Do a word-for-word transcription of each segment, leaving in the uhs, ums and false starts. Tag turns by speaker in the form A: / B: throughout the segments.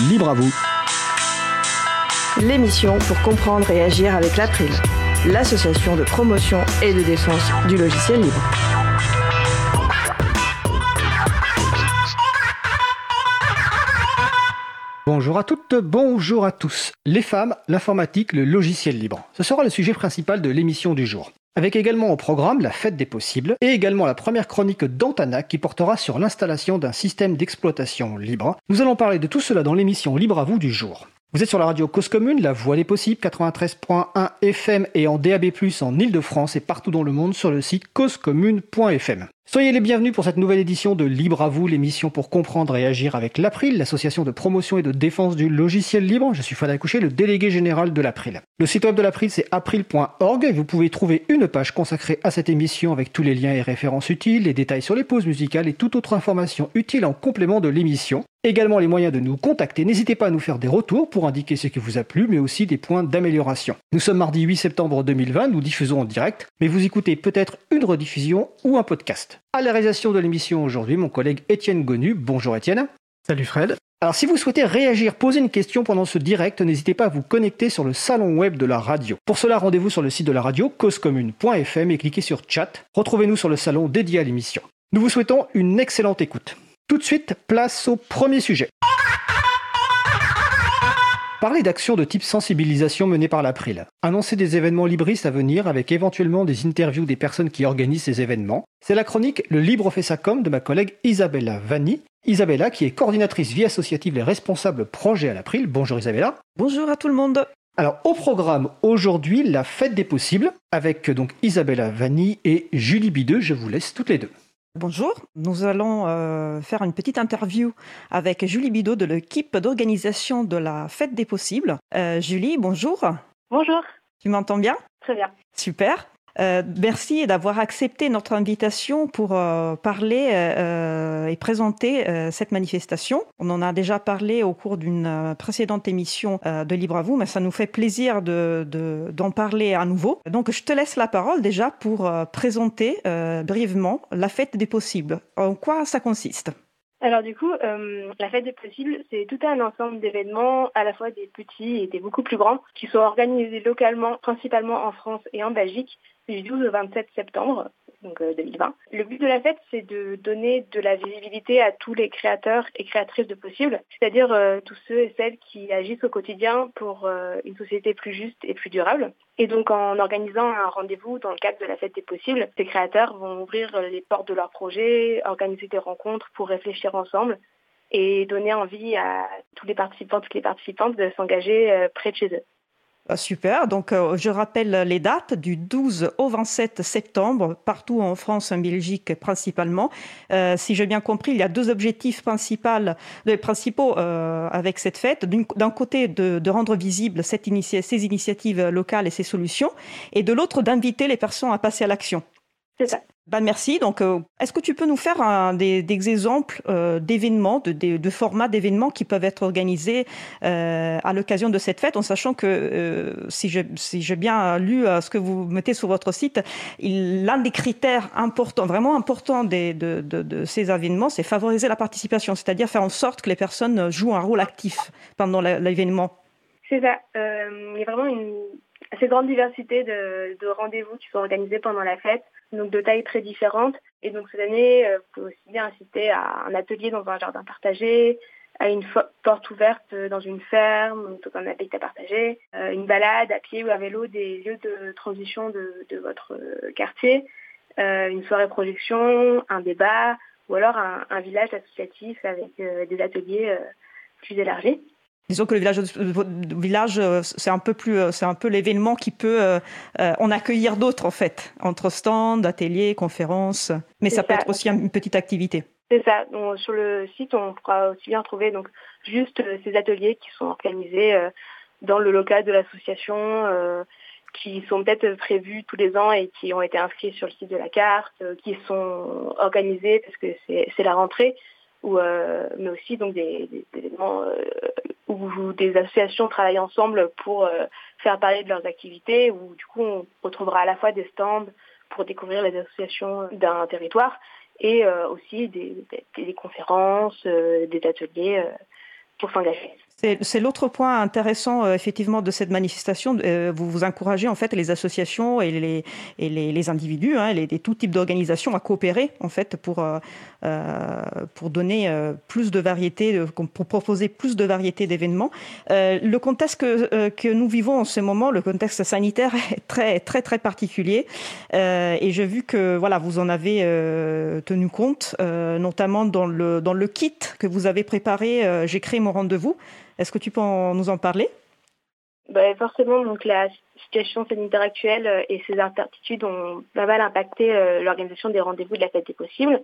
A: Libre à vous.
B: L'émission pour comprendre et agir avec l'April, l'association de promotion et de défense du logiciel libre.
A: Bonjour à toutes, bonjour à tous. Les femmes, l'informatique, le logiciel libre. Ce sera le sujet principal de l'émission du jour. Avec également au programme la fête des possibles et également la première chronique d'Antana qui portera sur l'installation d'un système d'exploitation libre. Nous allons parler de tout cela dans l'émission Libre à vous du jour. Vous êtes sur la radio Cause Commune, la voix des possibles, quatre-vingt-treize point un F M et en D A B plus, en Ile-de-France et partout dans le monde sur le site cause commune point F M. Soyez les bienvenus pour cette nouvelle édition de Libre à vous, l'émission pour comprendre et agir avec l'April, l'association de promotion et de défense du logiciel libre. Je suis Fadel Couchet, le délégué général de l'April. Le site web de l'April, c'est april point org. Vous pouvez trouver une page consacrée à cette émission avec tous les liens et références utiles, les détails sur les pauses musicales et toute autre information utile en complément de l'émission. Également les moyens de nous contacter. N'hésitez pas à nous faire des retours pour indiquer ce qui vous a plu, mais aussi des points d'amélioration. Nous sommes mardi huit septembre deux mille vingt, nous diffusons en direct, mais vous écoutez peut-être une rediffusion ou un podcast. À la réalisation de l'émission aujourd'hui, mon collègue Étienne Gonu. Bonjour Étienne.
C: Salut Fred.
A: Alors si vous souhaitez réagir, poser une question pendant ce direct, n'hésitez pas à vous connecter sur le salon web de la radio. Pour cela, rendez-vous sur le site de la radio cause commune point F M et cliquez sur chat. Retrouvez-nous sur le salon dédié à l'émission. Nous vous souhaitons une excellente écoute. Tout de suite, place au premier sujet. Parler d'actions de type sensibilisation menées par l'April. Annoncer des événements libristes à venir avec éventuellement des interviews des personnes qui organisent ces événements. C'est la chronique Le Libre fait sa com de ma collègue Isabella Vanni. Isabella qui est coordinatrice vie associative et responsable projet à l'April. Bonjour Isabella.
D: Bonjour à tout le monde.
A: Alors au programme aujourd'hui, la fête des possibles avec donc Isabella Vanni et Julie Bideux. Je vous laisse toutes les deux.
D: Bonjour, nous allons euh, faire une petite interview avec Julie Bidot de l'équipe d'organisation de la Fête des Possibles. Euh, Julie, bonjour.
E: Bonjour.
D: Tu m'entends bien ?
E: Très bien.
D: Super. Euh, merci d'avoir accepté notre invitation pour euh, parler euh, et présenter euh, cette manifestation. On en a déjà parlé au cours d'une euh, précédente émission euh, de Libre à vous, mais ça nous fait plaisir de, de, d'en parler à nouveau. Donc je te laisse la parole déjà pour euh, présenter euh, brièvement la Fête des possibles. En quoi ça consiste ?
E: Alors du coup, euh, la Fête des possibles, c'est tout un ensemble d'événements, à la fois des petits et des beaucoup plus grands, qui sont organisés localement, principalement en France et en Belgique, du douze au vingt-sept septembre, donc euh, deux mille vingt. Le but de la fête, c'est de donner de la visibilité à tous les créateurs et créatrices de possibles, c'est-à-dire euh, tous ceux et celles qui agissent au quotidien pour euh, une société plus juste et plus durable. Et donc en organisant un rendez-vous dans le cadre de la fête des possibles, ces créateurs vont ouvrir les portes de leurs projets, organiser des rencontres pour réfléchir ensemble et donner envie à tous les participants, toutes les participantes de s'engager euh, près de chez eux.
D: Super, donc euh, je rappelle les dates du douze au vingt-sept septembre, partout en France, en Belgique principalement. Euh, si j'ai bien compris, il y a deux objectifs principaux, les principaux euh, avec cette fête. D'un côté, de, de rendre visibles cette initia- ces initiatives locales et ces solutions, et de l'autre, d'inviter les personnes à passer à l'action.
E: C'est ça.
D: Ben merci. Donc, euh, est-ce que tu peux nous faire un, des, des exemples euh, d'événements, de, de, de formats d'événements qui peuvent être organisés euh, à l'occasion de cette fête, en sachant que, euh, si j'ai si j'ai bien lu euh, ce que vous mettez sur votre site, il, l'un des critères importants, vraiment importants des, de, de, de ces événements, c'est favoriser la participation, c'est-à-dire faire en sorte que les personnes jouent un rôle actif pendant la, l'événement.
E: C'est ça. Euh, il y a vraiment une assez grande diversité de, de rendez-vous qui sont organisés pendant la fête, donc de tailles très différentes. Et donc cette année, euh, vous pouvez aussi bien assister à un atelier dans un jardin partagé, à une fo- porte ouverte dans une ferme, donc un habitat partagé, euh, une balade à pied ou à vélo des lieux de transition de, de votre euh, quartier, euh, une soirée projection, un débat, ou alors un, un village associatif avec euh, des ateliers euh, plus élargis.
D: Disons que le village, le village, c'est un peu plus, c'est un peu l'événement qui peut euh, en accueillir d'autres en fait, entre stands, ateliers, conférences. Mais ça, ça peut être aussi une petite activité.
E: C'est ça. Donc, sur le site, on pourra aussi bien trouver donc juste euh, ces ateliers qui sont organisés euh, dans le local de l'association, euh, qui sont peut-être prévus tous les ans et qui ont été inscrits sur le site de la carte, euh, qui sont organisés parce que c'est, c'est la rentrée. Ou, euh, mais aussi donc des, des, des événements euh, où des associations travaillent ensemble pour euh, faire parler de leurs activités, où du coup on retrouvera à la fois des stands pour découvrir les associations d'un territoire et euh, aussi des, des, des conférences, euh, des ateliers euh, pour s'engager.
D: C'est, c'est l'autre point intéressant euh, effectivement de cette manifestation. Euh, vous vous encouragez en fait les associations et les et les, les individus, hein, les, les tout types d'organisations à coopérer en fait pour euh, pour donner euh, plus de variété, pour proposer plus de variété d'événements. Euh, le contexte que euh, que nous vivons en ce moment, le contexte sanitaire est très très très particulier. Euh, et j'ai vu que voilà, vous en avez euh, tenu compte, euh, notamment dans le dans le kit que vous avez préparé. Euh, j'ai créé mon rendez-vous. Est-ce que tu peux en, nous en parler ?
E: Ben, forcément, donc la situation sanitaire actuelle et ses incertitudes ont pas mal impacté euh, l'organisation des rendez-vous de la Fête des Possibles.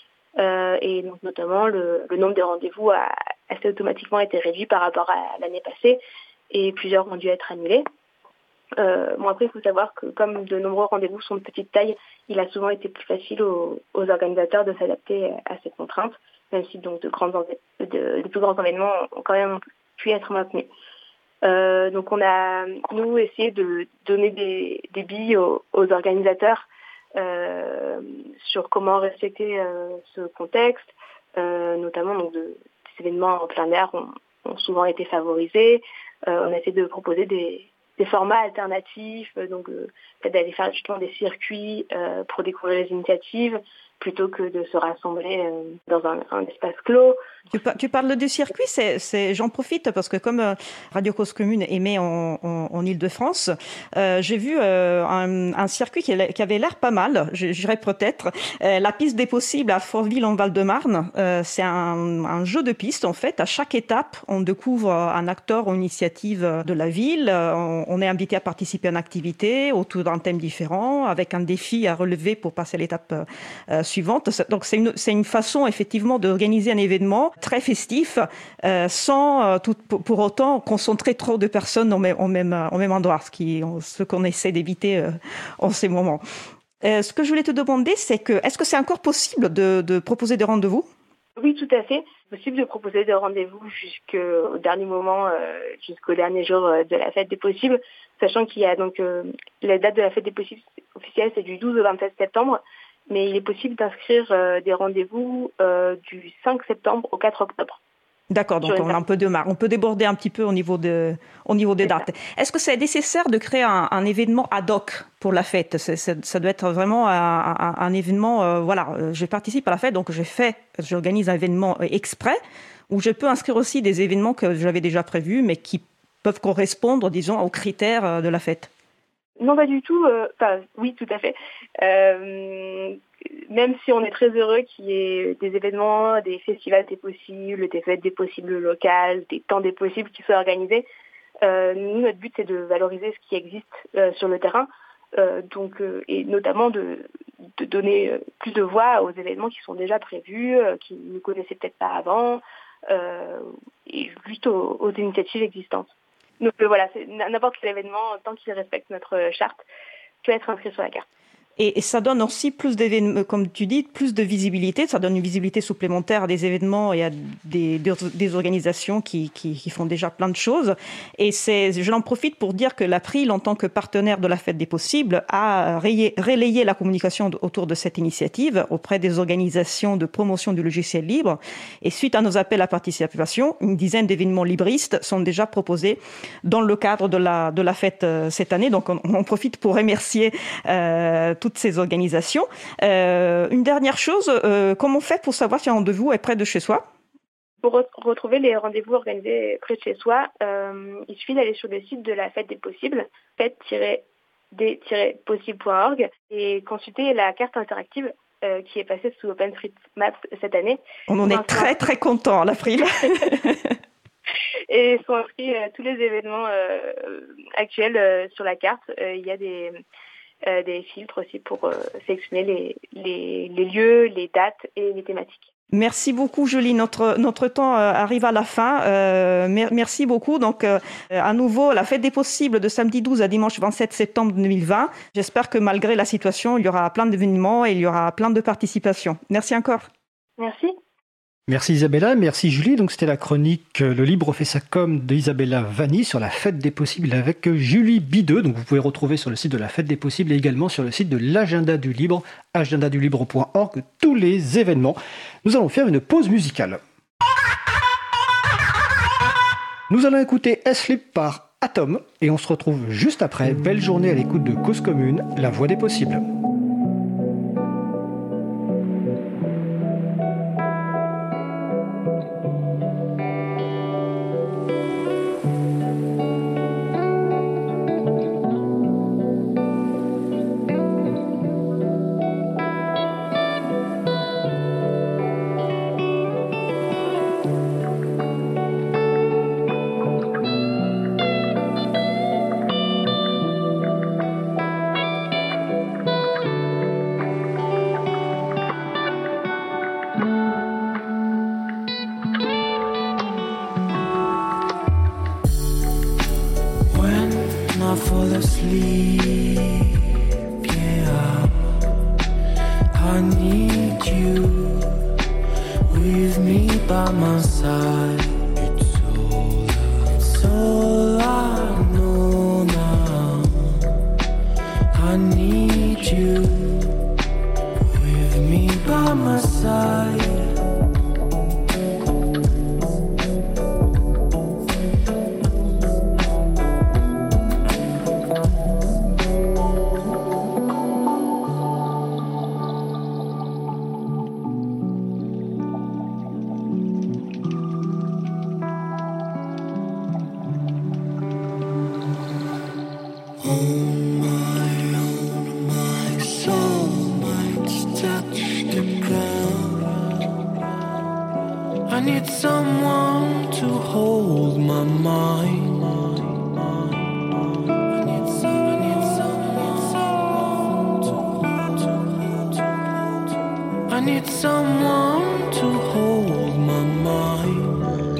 E: Euh, et donc notamment, le, le nombre de rendez-vous a assez automatiquement été réduit par rapport à l'année passée et plusieurs ont dû être annulés. Euh, bon, après, il faut savoir que comme de nombreux rendez-vous sont de petite taille, il a souvent été plus facile aux, aux organisateurs de s'adapter à ces contraintes, même si donc de, grandes, de, de plus grands événements ont quand même pu être maintenus. Euh, donc on a, nous, essayé de donner des, des billes aux, aux organisateurs euh, sur comment respecter euh, ce contexte, euh, notamment donc de, des événements en plein air ont, ont souvent été favorisés. Euh, on a essayé de proposer des, des formats alternatifs, donc euh, peut-être d'aller faire justement des circuits euh, pour découvrir les initiatives, plutôt que de se rassembler euh, dans un, un espace clos.
D: Tu, par, tu parles du circuit, c'est, c'est, j'en profite parce que comme euh, Radio Cause Commune émet en, en, en Ile-de-France, euh, j'ai vu euh, un, un circuit qui, qui avait l'air pas mal, je dirais peut-être, euh, la piste des possibles à Fortville en Val-de-Marne. Euh, c'est un, un jeu de piste en fait. À chaque étape, on découvre un acteur ou une initiative de la ville. On, on est invité à participer à une activité autour d'un thème différent, avec un défi à relever pour passer à l'étape euh, suivante. Donc c'est une, c'est une façon effectivement d'organiser un événement très festif, euh, sans euh, tout, pour, pour autant concentrer trop de personnes au même, au même, au même endroit, ce, qui, ce qu'on essaie d'éviter euh, en ces moments. Euh, ce que je voulais te demander, c'est que est-ce que c'est encore possible de, de proposer des rendez-vous ?
E: Oui, tout à fait. C'est possible de proposer des rendez-vous jusqu'au dernier moment, euh, jusqu'au dernier jour de la Fête des Possibles, sachant qu'il y a donc euh, la date de la Fête des Possibles officielle, c'est du douze au vingt-sept septembre. Mais il est possible d'inscrire euh, des rendez-vous euh, du cinq septembre au quatre octobre.
D: D'accord, donc on a un peu de marge. On peut déborder un petit peu au niveau, de, au niveau des dates. Est-ce que c'est nécessaire de créer un, un événement ad hoc pour la fête ? c'est, c'est, Ça doit être vraiment un, un, un événement, euh, voilà, je participe à la fête, donc je fais, j'organise un événement exprès, où je peux inscrire aussi des événements que j'avais déjà prévus, mais qui peuvent correspondre, disons, aux critères de la fête.
E: Non, pas du tout. Enfin, euh, oui, tout à fait. Euh, même si on est très heureux qu'il y ait des événements, des festivals des possibles, des fêtes des possibles locales, des temps des possibles qui soient organisés, euh, nous, notre but, c'est de valoriser ce qui existe euh, sur le terrain, euh, donc, euh, et notamment de, de donner plus de voix aux événements qui sont déjà prévus, euh, qui ne connaissaient peut-être pas avant, euh, et juste aux, aux initiatives existantes. Donc euh, voilà, c'est n'importe quel événement, tant qu'il respecte notre charte, peut être inscrit sur la carte.
D: Et, et ça donne aussi plus d'événements, comme tu dis, plus de visibilité. Ça donne une visibilité supplémentaire à des événements et à des, des, des organisations qui, qui, qui font déjà plein de choses. Et c'est, je l'en profite pour dire que l'April, en tant que partenaire de la Fête des Possibles, a rayé, relayé la communication autour de cette initiative auprès des organisations de promotion du logiciel libre. Et suite à nos appels à participation, une dizaine d'événements libristes sont déjà proposés dans le cadre de la, de la fête euh, cette année. Donc on, on profite pour remercier euh, toutes ces organisations. Euh, une dernière chose, euh, comment on fait pour savoir si un rendez-vous est près de chez soi ?
E: Pour re- retrouver les rendez-vous organisés près de chez soi, euh, il suffit d'aller sur le site de la Fête des Possibles, fête des possibles point org, et consulter la carte interactive euh, qui est passée sous OpenStreetMaps cette année.
D: On en est très très contents à l'April.
E: Et sont inscrits euh, tous les événements euh, actuels euh, sur la carte. Euh, il y a des... Euh, des filtres aussi pour euh, sélectionner les, les, les lieux, les dates et les thématiques.
D: Merci beaucoup Julie, notre, notre temps euh, arrive à la fin. Euh, mer- merci beaucoup. Donc euh, à nouveau, la Fête des Possibles de samedi douze à dimanche vingt-sept septembre deux mille vingt. J'espère que malgré la situation, il y aura plein d'événements et il y aura plein de participations. Merci encore.
E: Merci.
A: Merci Isabella, merci Julie. Donc c'était la chronique Le Libre fait sa com d'Isabella Vanni sur la Fête des Possibles avec Julie Bideux. Donc vous pouvez retrouver sur le site de la Fête des Possibles et également sur le site de l'Agenda du Libre, agenda du libre point org, tous les événements. Nous allons faire une pause musicale. Nous allons écouter Asleep par Atom et on se retrouve juste après. Belle journée à l'écoute de Cause Commune, la voix des possibles.
C: Fall asleep, yeah. I need you with me by my side. It's all, it's all I know now. I need you with me by my side. I need someone to hold my mind. I need some, I need someone, someone to hold, to hold, to hold. I need someone to hold my mind.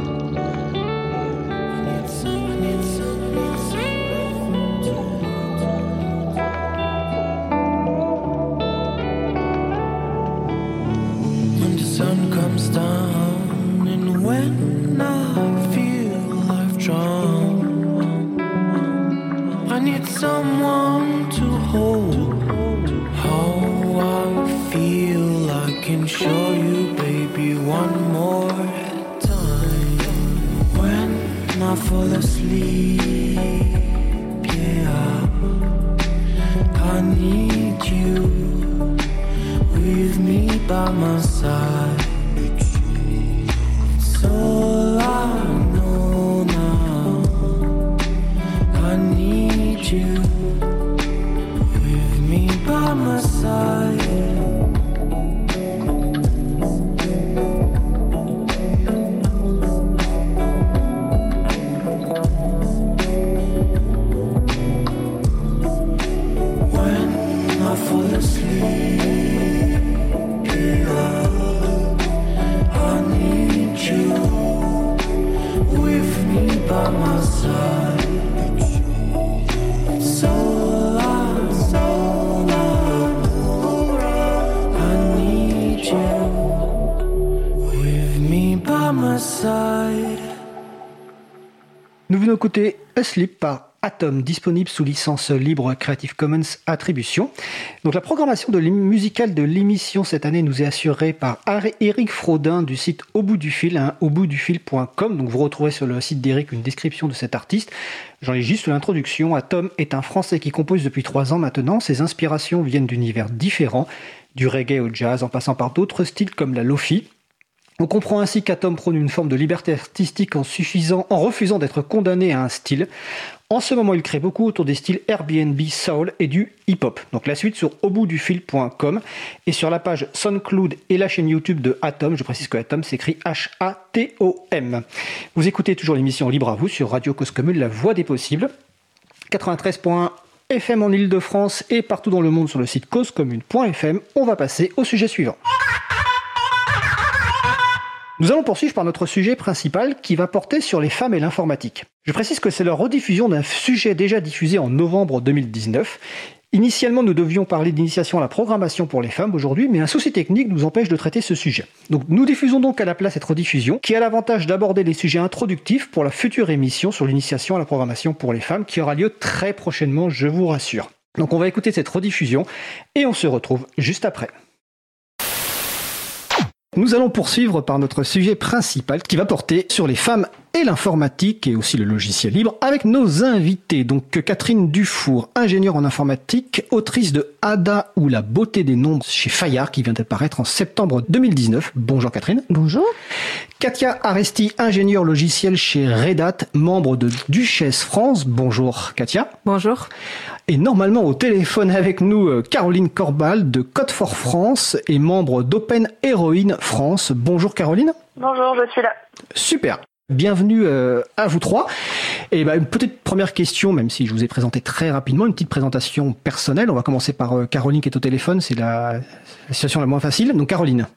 C: I need some, I need someone, someone to hold, to hold. When the sun comes down, when I feel I've drowned, I need someone to hold. How I feel, I can show you, baby, one more time. When I fall asleep, yeah, I need you with me by my side. All I know now, I need you with me by my side. When I fall asleep, yeah, I need you with me by my side. So I, so I, I need you with me by my side.
A: Nous venons écouter Asleep par Atom, disponible sous licence libre Creative Commons Attribution. Donc la programmation de musicale de l'émission cette année nous est assurée par Eric Frodin du site Au bout du fil, hein, au bout du fil point com. Donc vous retrouverez sur le site d'Eric une description de cet artiste. J'en ai juste l'introduction. Atom est un Français qui compose depuis trois ans maintenant. Ses inspirations viennent d'univers différents, du reggae au jazz, en passant par d'autres styles comme la lofi. On comprend ainsi qu'Atom prône une forme de liberté artistique en, suffisant, en refusant d'être condamné à un style. En ce moment, il crée beaucoup autour des styles Airbnb, soul et du hip-hop. Donc la suite sur au bout du fil point com et sur la page SoundCloud et la chaîne YouTube de Atom. Je précise que Atom s'écrit H A T O M. Vous écoutez toujours l'émission Libre à vous sur Radio Cause Commune, la voix des possibles. quatre-vingt-treize point un F M en Ile-de-France et partout dans le monde sur le site cause commune point f m. On va passer au sujet suivant. Nous allons poursuivre par notre sujet principal qui va porter sur les femmes et l'informatique. Je précise que c'est la rediffusion d'un sujet déjà diffusé en novembre deux mille dix-neuf. Initialement, nous devions parler d'initiation à la programmation pour les femmes aujourd'hui, mais un souci technique nous empêche de traiter ce sujet. Donc nous diffusons donc à la place cette rediffusion qui a l'avantage d'aborder les sujets introductifs pour la future émission sur l'initiation à la programmation pour les femmes qui aura lieu très prochainement, je vous rassure. Donc on va écouter cette rediffusion et on se retrouve juste après. Nous allons poursuivre par notre sujet principal qui va porter sur les femmes et l'informatique et aussi le logiciel libre avec nos invités. Donc Catherine Dufour, ingénieure en informatique, autrice de Ada ou la beauté des nombres chez Fayard qui vient de paraître en septembre deux mille dix-neuf. Bonjour Catherine.
F: Bonjour.
A: Katia Aresti, ingénieure logiciel chez Red Hat, membre de Duchesse France. Bonjour Katia.
F: Bonjour.
A: Et normalement au téléphone avec nous Caroline Corbal de Code for France et membre d'Open Heroine France. Bonjour Caroline.
E: Bonjour, je suis là.
A: Super. Bienvenue euh, à vous trois. Et bah, une petite première question, même si je vous ai présenté très rapidement, une petite présentation personnelle. On va commencer par euh, Caroline qui est au téléphone, c'est la, la situation la moins facile. Donc Caroline.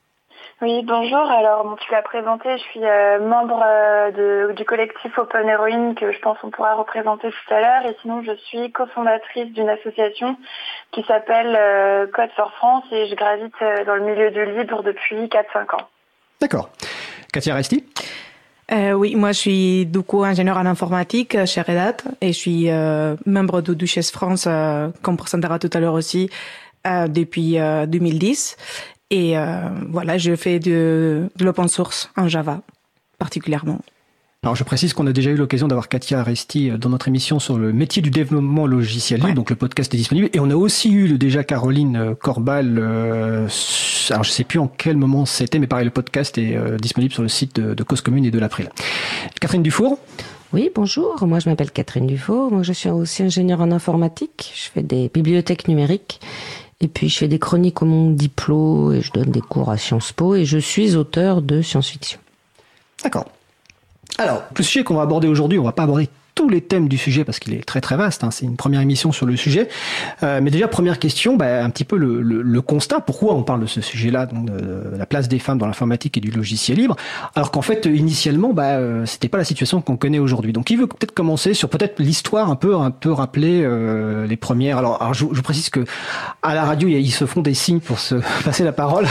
G: Oui, bonjour. Alors, bon, tu l'as présenté, je suis euh, membre euh, de, du collectif Open Heroine que je pense on pourra représenter tout à l'heure. Et sinon, je suis cofondatrice d'une association qui s'appelle euh, Code for France et je gravite euh, dans le milieu du libre depuis quatre cinq ans.
A: D'accord. Katia Aresti.
F: Euh, oui, moi je suis du coup ingénieure en informatique chez Red Hat et je suis euh, membre de Duchesse France, euh, comme présentera tout à l'heure aussi, euh, depuis euh, deux mille dix. Et euh, voilà, je fais de, de l'open source en Java, particulièrement.
A: Alors je précise qu'on a déjà eu l'occasion d'avoir Katia Aresti dans notre émission sur le métier du développement logiciel libre, ouais. Donc le podcast est disponible. Et on a aussi eu déjà Caroline Corbal, euh, alors je sais plus en quel moment c'était, mais pareil, le podcast est euh, disponible sur le site de, de Cause Commune et de l'April. Catherine Dufour.
H: Oui, bonjour. Moi, je m'appelle Catherine Dufour. Moi, je suis aussi ingénieure en informatique. Je fais des bibliothèques numériques. Et puis, je fais des chroniques au Monde Diplo et je donne des cours à Sciences Po et je suis auteur de science-fiction.
A: D'accord. Alors, le sujet qu'on va aborder aujourd'hui, on va pas aborder tous les thèmes du sujet parce qu'il est très très vaste, hein, c'est une première émission sur le sujet. Euh, mais déjà, première question, bah, un petit peu le, le, le constat. Pourquoi on parle de ce sujet-là, donc de la place des femmes dans l'informatique et du logiciel libre, alors qu'en fait, initialement, bah, euh, c'était pas la situation qu'on connaît aujourd'hui. Donc, qui veut peut-être commencer sur peut-être l'histoire, un peu, un peu rappeler euh, les premières. Alors, alors je, je précise que à la radio, ils se font des signes pour se passer la parole.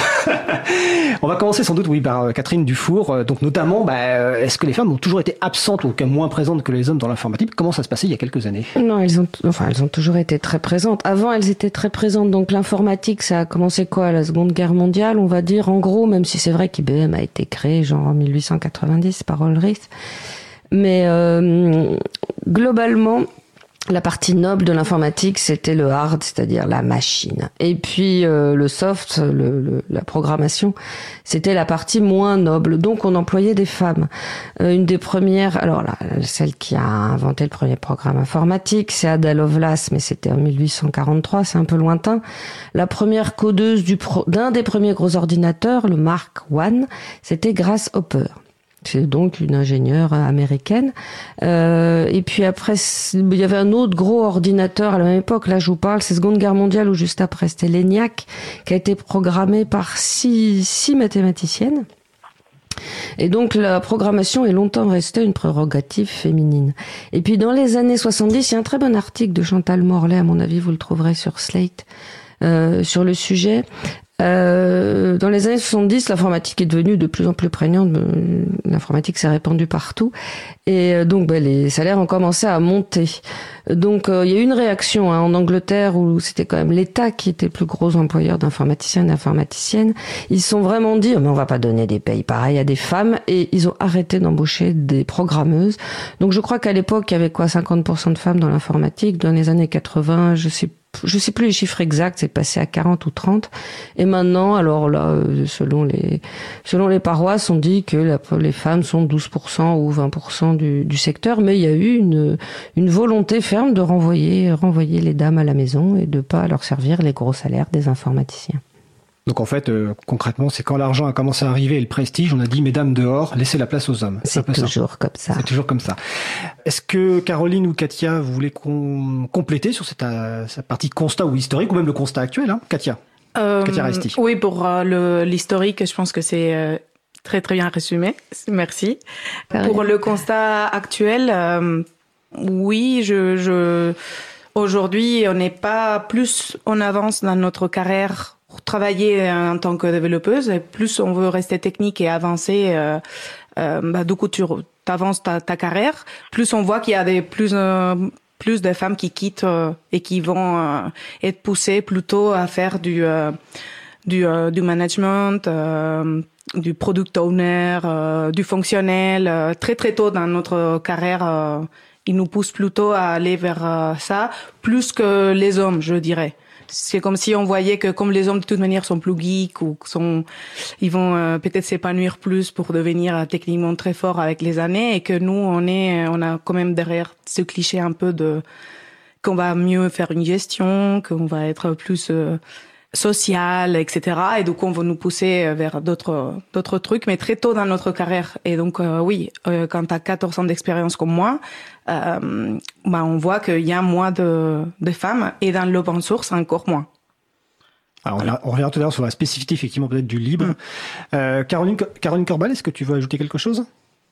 A: On va commencer sans doute, oui, par Catherine Dufour. Donc, notamment, bah, est-ce que les femmes ont toujours été absentes ou au cas moins présentes que les hommes dans l'informatique? Comment ça se passait il y a quelques années?
H: Non, elles ont, enfin, elles ont toujours été très présentes. Avant, elles étaient très présentes. Donc, l'informatique, ça a commencé quoi, à la Seconde Guerre mondiale, on va dire, en gros, même si c'est vrai qu'I B M a été créé, genre en mille huit cent quatre-vingt-dix par Ulrich. Mais, euh, globalement, la partie noble de l'informatique, c'était le hard, c'est-à-dire la machine. Et puis euh, le soft, le, le, la programmation, c'était la partie moins noble. Donc on employait des femmes. Euh, une des premières, alors là, celle qui a inventé le premier programme informatique, c'est Ada Lovelace, mais c'était en mille huit cent quarante-trois, c'est un peu lointain. La première codeuse du pro, d'un des premiers gros ordinateurs, le Mark un, c'était Grace Hopper. C'est donc une ingénieure américaine. Euh, et puis après, il y avait un autre gros ordinateur à la même époque. Là, je vous parle, c'est Seconde Guerre mondiale ou juste après. C'était l'ENIAC, qui a été programmé par six, six mathématiciennes. Et donc, la programmation est longtemps restée une prérogative féminine. Et puis, dans les années soixante-dix, il y a un très bon article de Chantal Morlet, à mon avis, vous le trouverez sur Slate, euh, sur le sujet. Euh, dans les années soixante-dix, l'informatique est devenue de plus en plus prégnante. L'informatique s'est répandue partout. Et donc, ben, les salaires ont commencé à monter. Donc, euh, il y a eu une réaction hein, en Angleterre où c'était quand même l'État qui était le plus gros employeur d'informaticiens et d'informaticiennes. Ils se sont vraiment dit, oh, mais on va pas donner des payes pareilles à des femmes. Et ils ont arrêté d'embaucher des programmeuses. Donc, je crois qu'à l'époque, il y avait quoi, cinquante pour cent de femmes dans l'informatique. Dans les années quatre-vingts, je sais Je sais plus les chiffres exacts, c'est passé à quarante ou trente. Et maintenant, alors là, selon les, selon les paroisses, on dit que la, les femmes sont douze pour cent ou vingt pour cent du, du secteur, mais il y a eu une, une volonté ferme de renvoyer, renvoyer les dames à la maison et de pas leur servir les gros salaires des informaticiens.
A: Donc en fait, euh, concrètement, c'est quand l'argent a commencé à arriver et le prestige, on a dit, mesdames dehors, laissez la place aux hommes.
H: C'est, c'est toujours ça. Comme ça.
A: C'est toujours comme ça. Est-ce que Caroline ou Katia, vous voulez com- compléter sur cette, euh, cette partie constat ou historique, ou même le constat actuel, hein, Katia
F: euh,
A: Katia Aresti.
F: Oui, pour euh, le, l'historique, je pense que c'est euh, très très bien résumé. Merci. Pareil. Pour le constat actuel, euh, oui, je, je aujourd'hui, on n'est pas plus en avance dans notre carrière pour travailler en tant que développeuse, et plus on veut rester technique et avancer, euh, euh, bah, du coup tu avances ta, ta carrière, plus on voit qu'il y a des plus euh, plus de femmes qui quittent euh, et qui vont euh, être poussées plutôt à faire du euh, du, euh, du management, euh, du product owner, euh, du fonctionnel. Euh, très très tôt dans notre carrière, euh, ils nous poussent plutôt à aller vers euh, ça, plus que les hommes, je dirais. C'est comme si on voyait que comme les hommes de toute manière sont plus geeks ou sont, ils vont euh, peut-être s'épanouir plus pour devenir euh, techniquement très forts avec les années, et que nous on est, on a quand même derrière ce cliché un peu de qu'on va mieux faire une gestion, qu'on va être plus euh, social, et cetera. Et donc on va nous pousser vers d'autres d'autres trucs, mais très tôt dans notre carrière. Et donc euh, oui, euh, quand t'as quatorze ans d'expérience comme moi, euh, bah on voit qu'il y a moins de de femmes, et dans l'open source encore moins.
A: Alors, on, voilà. on reviendra tout à l'heure sur la spécificité effectivement peut-être du libre. Mmh. Euh, Caroline Caroline Corbal, est-ce que tu veux ajouter quelque chose?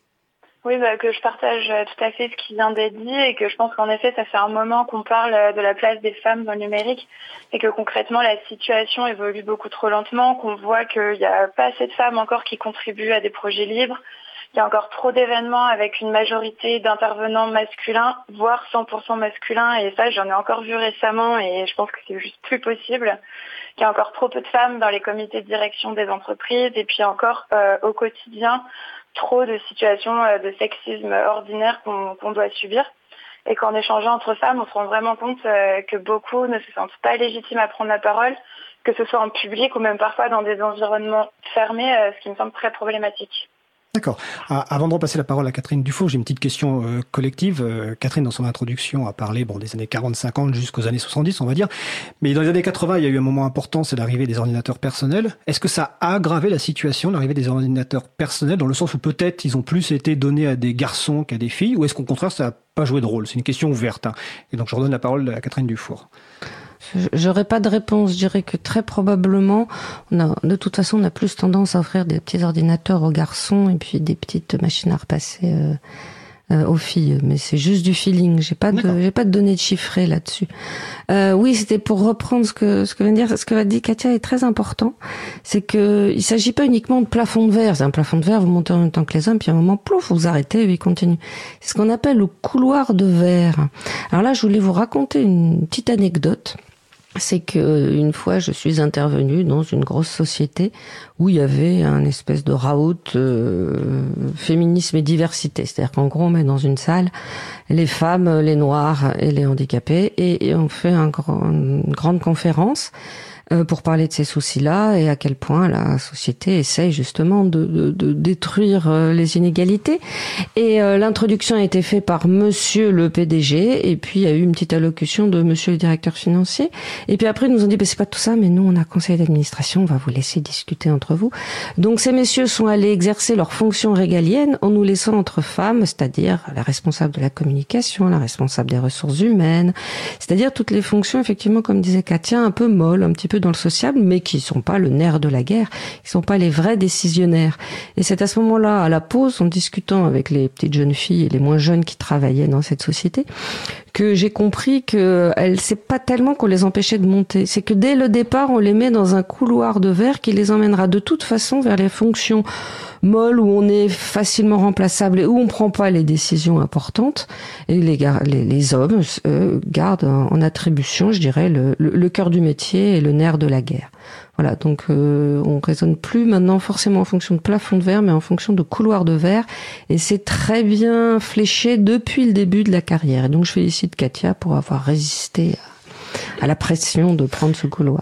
G: Oui, bah, que je partage tout à fait ce qui vient d'être dit, et que je pense qu'en effet, ça fait un moment qu'on parle de la place des femmes dans le numérique, et que concrètement, la situation évolue beaucoup trop lentement, qu'on voit qu'il n'y a pas assez de femmes encore qui contribuent à des projets libres. Il y a encore trop d'événements avec une majorité d'intervenants masculins, voire cent pour cent masculins, et ça, j'en ai encore vu récemment, et je pense que c'est juste plus possible. Il y a encore trop peu de femmes dans les comités de direction des entreprises, et puis encore euh, au quotidien, trop de situations de sexisme ordinaire qu'on, qu'on doit subir, et qu'en échangeant entre femmes, on se rend vraiment compte que beaucoup ne se sentent pas légitimes à prendre la parole, que ce soit en public ou même parfois dans des environnements fermés, ce qui me semble très problématique.
A: D'accord. Avant de repasser la parole à Catherine Dufour, j'ai une petite question euh, collective. Euh, Catherine, dans son introduction, a parlé bon des années quarante cinquante jusqu'aux années soixante-dix, on va dire. Mais dans les années quatre-vingts, il y a eu un moment important, c'est l'arrivée des ordinateurs personnels. Est-ce que ça a aggravé la situation, l'arrivée des ordinateurs personnels, dans le sens où peut-être ils ont plus été donnés à des garçons qu'à des filles, ou est-ce qu'au contraire, ça n'a pas joué de rôle? C'est une question ouverte. Hein. Et donc, je redonne la parole à Catherine Dufour.
H: J'aurais pas de réponse. Je dirais que très probablement, on a, de toute façon, on a plus tendance à offrir des petits ordinateurs aux garçons et puis des petites machines à repasser euh, euh, aux filles. Mais c'est juste du feeling. J'ai pas de, j'ai pas de données chiffrées là-dessus. Euh, oui, c'était pour reprendre ce que ce que vient de dire, ce que va dire Katia est très important. C'est que il s'agit pas uniquement de plafond de verre. C'est un plafond de verre, vous montez en même temps que les hommes, puis à un moment, plouf, vous arrêtez, et il continue. C'est ce qu'on appelle le couloir de verre. Alors là, je voulais vous raconter une petite anecdote. C'est que une fois, je suis intervenue dans une grosse société où il y avait un espèce de raout euh, féminisme et diversité. C'est-à-dire qu'en gros, on met dans une salle les femmes, les noirs et les handicapés, et, et on fait un grand, une grande conférence euh, pour parler de ces soucis-là et à quel point la société essaye justement de, de, de détruire euh, les inégalités. Et euh, l'introduction a été faite par Monsieur le P D G, et puis il y a eu une petite allocution de Monsieur le directeur financier. Et puis après, ils nous ont dit, bah, c'est pas tout ça, mais nous, on a conseil d'administration, on va vous laisser discuter entre vous. Donc ces messieurs sont allés exercer leurs fonctions régaliennes en nous laissant entre femmes, c'est-à-dire la responsable de la communication, la responsable des ressources humaines, c'est-à-dire toutes les fonctions, effectivement, comme disait Katia, un peu molles, un petit peu dans le sociable, mais qui sont pas le nerf de la guerre, qui sont pas les vrais décisionnaires. Et c'est à ce moment-là, à la pause, en discutant avec les petites jeunes filles et les moins jeunes qui travaillaient dans cette société, que j'ai compris que elle, c'est pas tellement qu'on les empêchait de monter, c'est que dès le départ, on les met dans un couloir de verre qui les emmènera de toute façon vers les fonctions molles où on est facilement remplaçable et où on prend pas les décisions importantes. Et les, les, les hommes eux, gardent en attribution, je dirais, le, le, le cœur du métier et le nerf de la guerre. Voilà, donc euh, on raisonne plus maintenant forcément en fonction de plafond de verre, mais en fonction de couloir de verre. Et c'est très bien fléché depuis le début de la carrière. Et donc je félicite Katia pour avoir résisté à, à la pression de prendre ce couloir.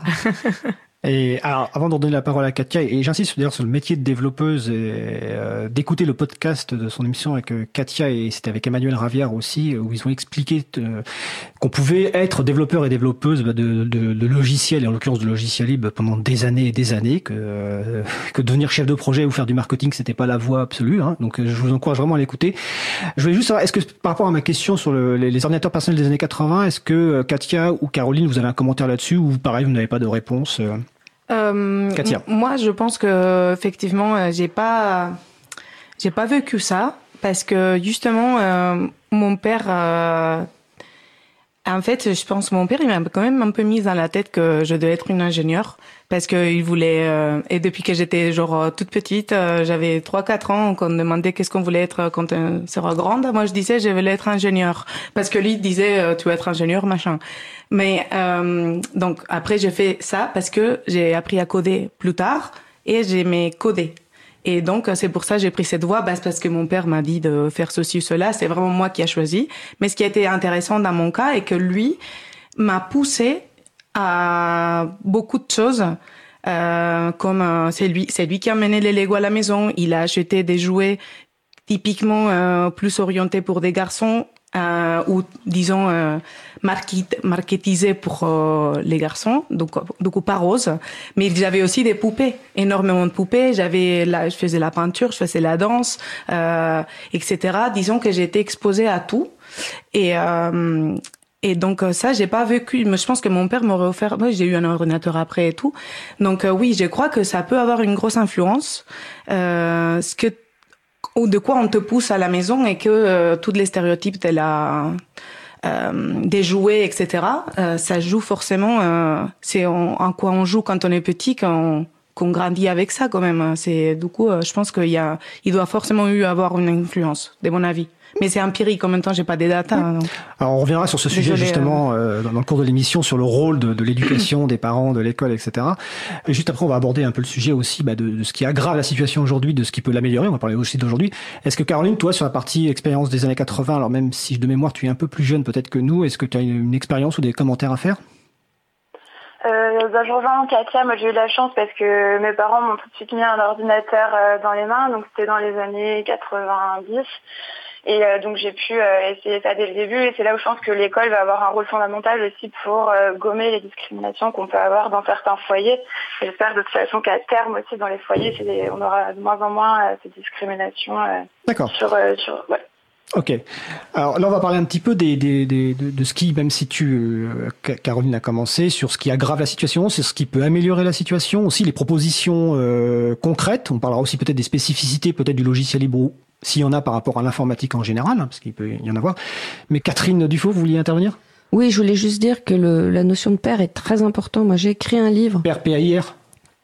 A: Et alors, avant de donner la parole à Katia, et j'insiste d'ailleurs sur le métier de développeuse, et, euh, d'écouter le podcast de son émission avec euh, Katia, et c'était avec Emmanuel Ravière aussi, où ils ont expliqué euh, qu'on pouvait être développeur et développeuse de, de, de logiciels, et en l'occurrence de logiciels libres, pendant des années et des années, que, euh, que devenir chef de projet ou faire du marketing, c'était pas la voie absolue. Hein, donc je vous encourage vraiment à l'écouter. Je voulais juste savoir, est-ce que par rapport à ma question sur le, les, les ordinateurs personnels des années quatre-vingts, est-ce que Katia ou Caroline, vous avez un commentaire là-dessus, ou pareil, vous n'avez pas de réponse euh...
F: Euh, Katia. Moi, je pense que effectivement, j'ai pas, j'ai pas vécu ça parce que justement, euh, mon père euh, En fait, je pense que mon père, il m'a quand même un peu mis dans la tête que je devais être une ingénieure parce qu'il voulait, euh, et depuis que j'étais genre toute petite, euh, j'avais trois quatre ans, qu'on me demandait qu'est-ce qu'on voulait être quand on sera grande. Moi, je disais, je voulais être ingénieure parce que lui il disait, euh, tu vas être ingénieur, machin. Mais, euh, donc, après, j'ai fait ça parce que j'ai appris à coder plus tard et j'aimais coder. Et donc, c'est pour ça que j'ai pris cette voie, bah, parce que mon père m'a dit de faire ceci ou cela. C'est vraiment moi qui a choisi. Mais ce qui a été intéressant dans mon cas est que lui m'a poussé à beaucoup de choses. Euh, comme euh, c'est lui, c'est lui qui a amené les Lego à la maison. Il a acheté des jouets typiquement euh, plus orientés pour des garçons. Euh, ou disons euh, market, marketisé pour euh, les garçons, donc donc pas rose, mais j'avais aussi des poupées, énormément de poupées. J'avais là, je faisais la peinture, je faisais la danse, euh, et cetera. Disons que j'ai été exposée à tout et euh, et donc ça j'ai pas vécu. Mais je pense que mon père m'aurait offert. Moi j'ai eu un ordinateur après et tout. Donc euh, oui, je crois que ça peut avoir une grosse influence. Euh, ce que ou de quoi on te pousse à la maison et que euh, tous les stéréotypes de la, euh, des jouets, et cetera, euh, ça joue forcément, euh, c'est en, en quoi on joue quand on est petit, qu'on, qu'on grandit avec ça quand même. C'est, du coup, euh, je pense qu'il y a, il doit forcément eu avoir une influence, de mon avis. Mais c'est empirique, en même temps, j'ai pas des datas. Hein,
A: alors on reviendra sur ce sujet Désolé, justement euh... dans, dans le cours de l'émission sur le rôle de, de l'éducation, des parents, de l'école, et cetera. Et juste après, on va aborder un peu le sujet aussi bah, de, de ce qui aggrave la situation aujourd'hui, de ce qui peut l'améliorer. On va parler aussi d'aujourd'hui. Est-ce que Caroline, toi, sur la partie expérience des années quatre-vingts, alors même si de mémoire tu es un peu plus jeune peut-être que nous, est-ce que tu as une, une expérience ou des commentaires à faire?
G: Euh, bah, je rejoins Katia. Moi, j'ai eu de la chance parce que mes parents m'ont tout de suite mis un ordinateur euh, dans les mains. Donc, c'était dans les années quatre-vingt-dix. Et euh, donc j'ai pu euh, essayer ça dès le début et c'est là où je pense que l'école va avoir un rôle fondamental aussi pour euh, gommer les discriminations qu'on peut avoir dans certains foyers. Et j'espère de toute façon qu'à terme aussi dans les foyers, c'est des, on aura de moins en moins euh, ces discriminations. Euh,
A: D'accord.
G: Sur, euh, sur, ouais.
A: Ok. Alors là, on va parler un petit peu des, des, des, de, de ce qui, même si tu, euh, Caroline a commencé, sur ce qui aggrave la situation, c'est ce qui peut améliorer la situation, aussi les propositions euh, concrètes. On parlera aussi peut-être des spécificités, peut-être du logiciel libre, s'il y en a par rapport à l'informatique en général, hein, parce qu'il peut y en avoir. Mais Catherine Dufaux, vous vouliez intervenir?
H: Oui, je voulais juste dire que le, la notion de père est très importante. Moi, j'ai écrit un livre.
A: Père, P A I R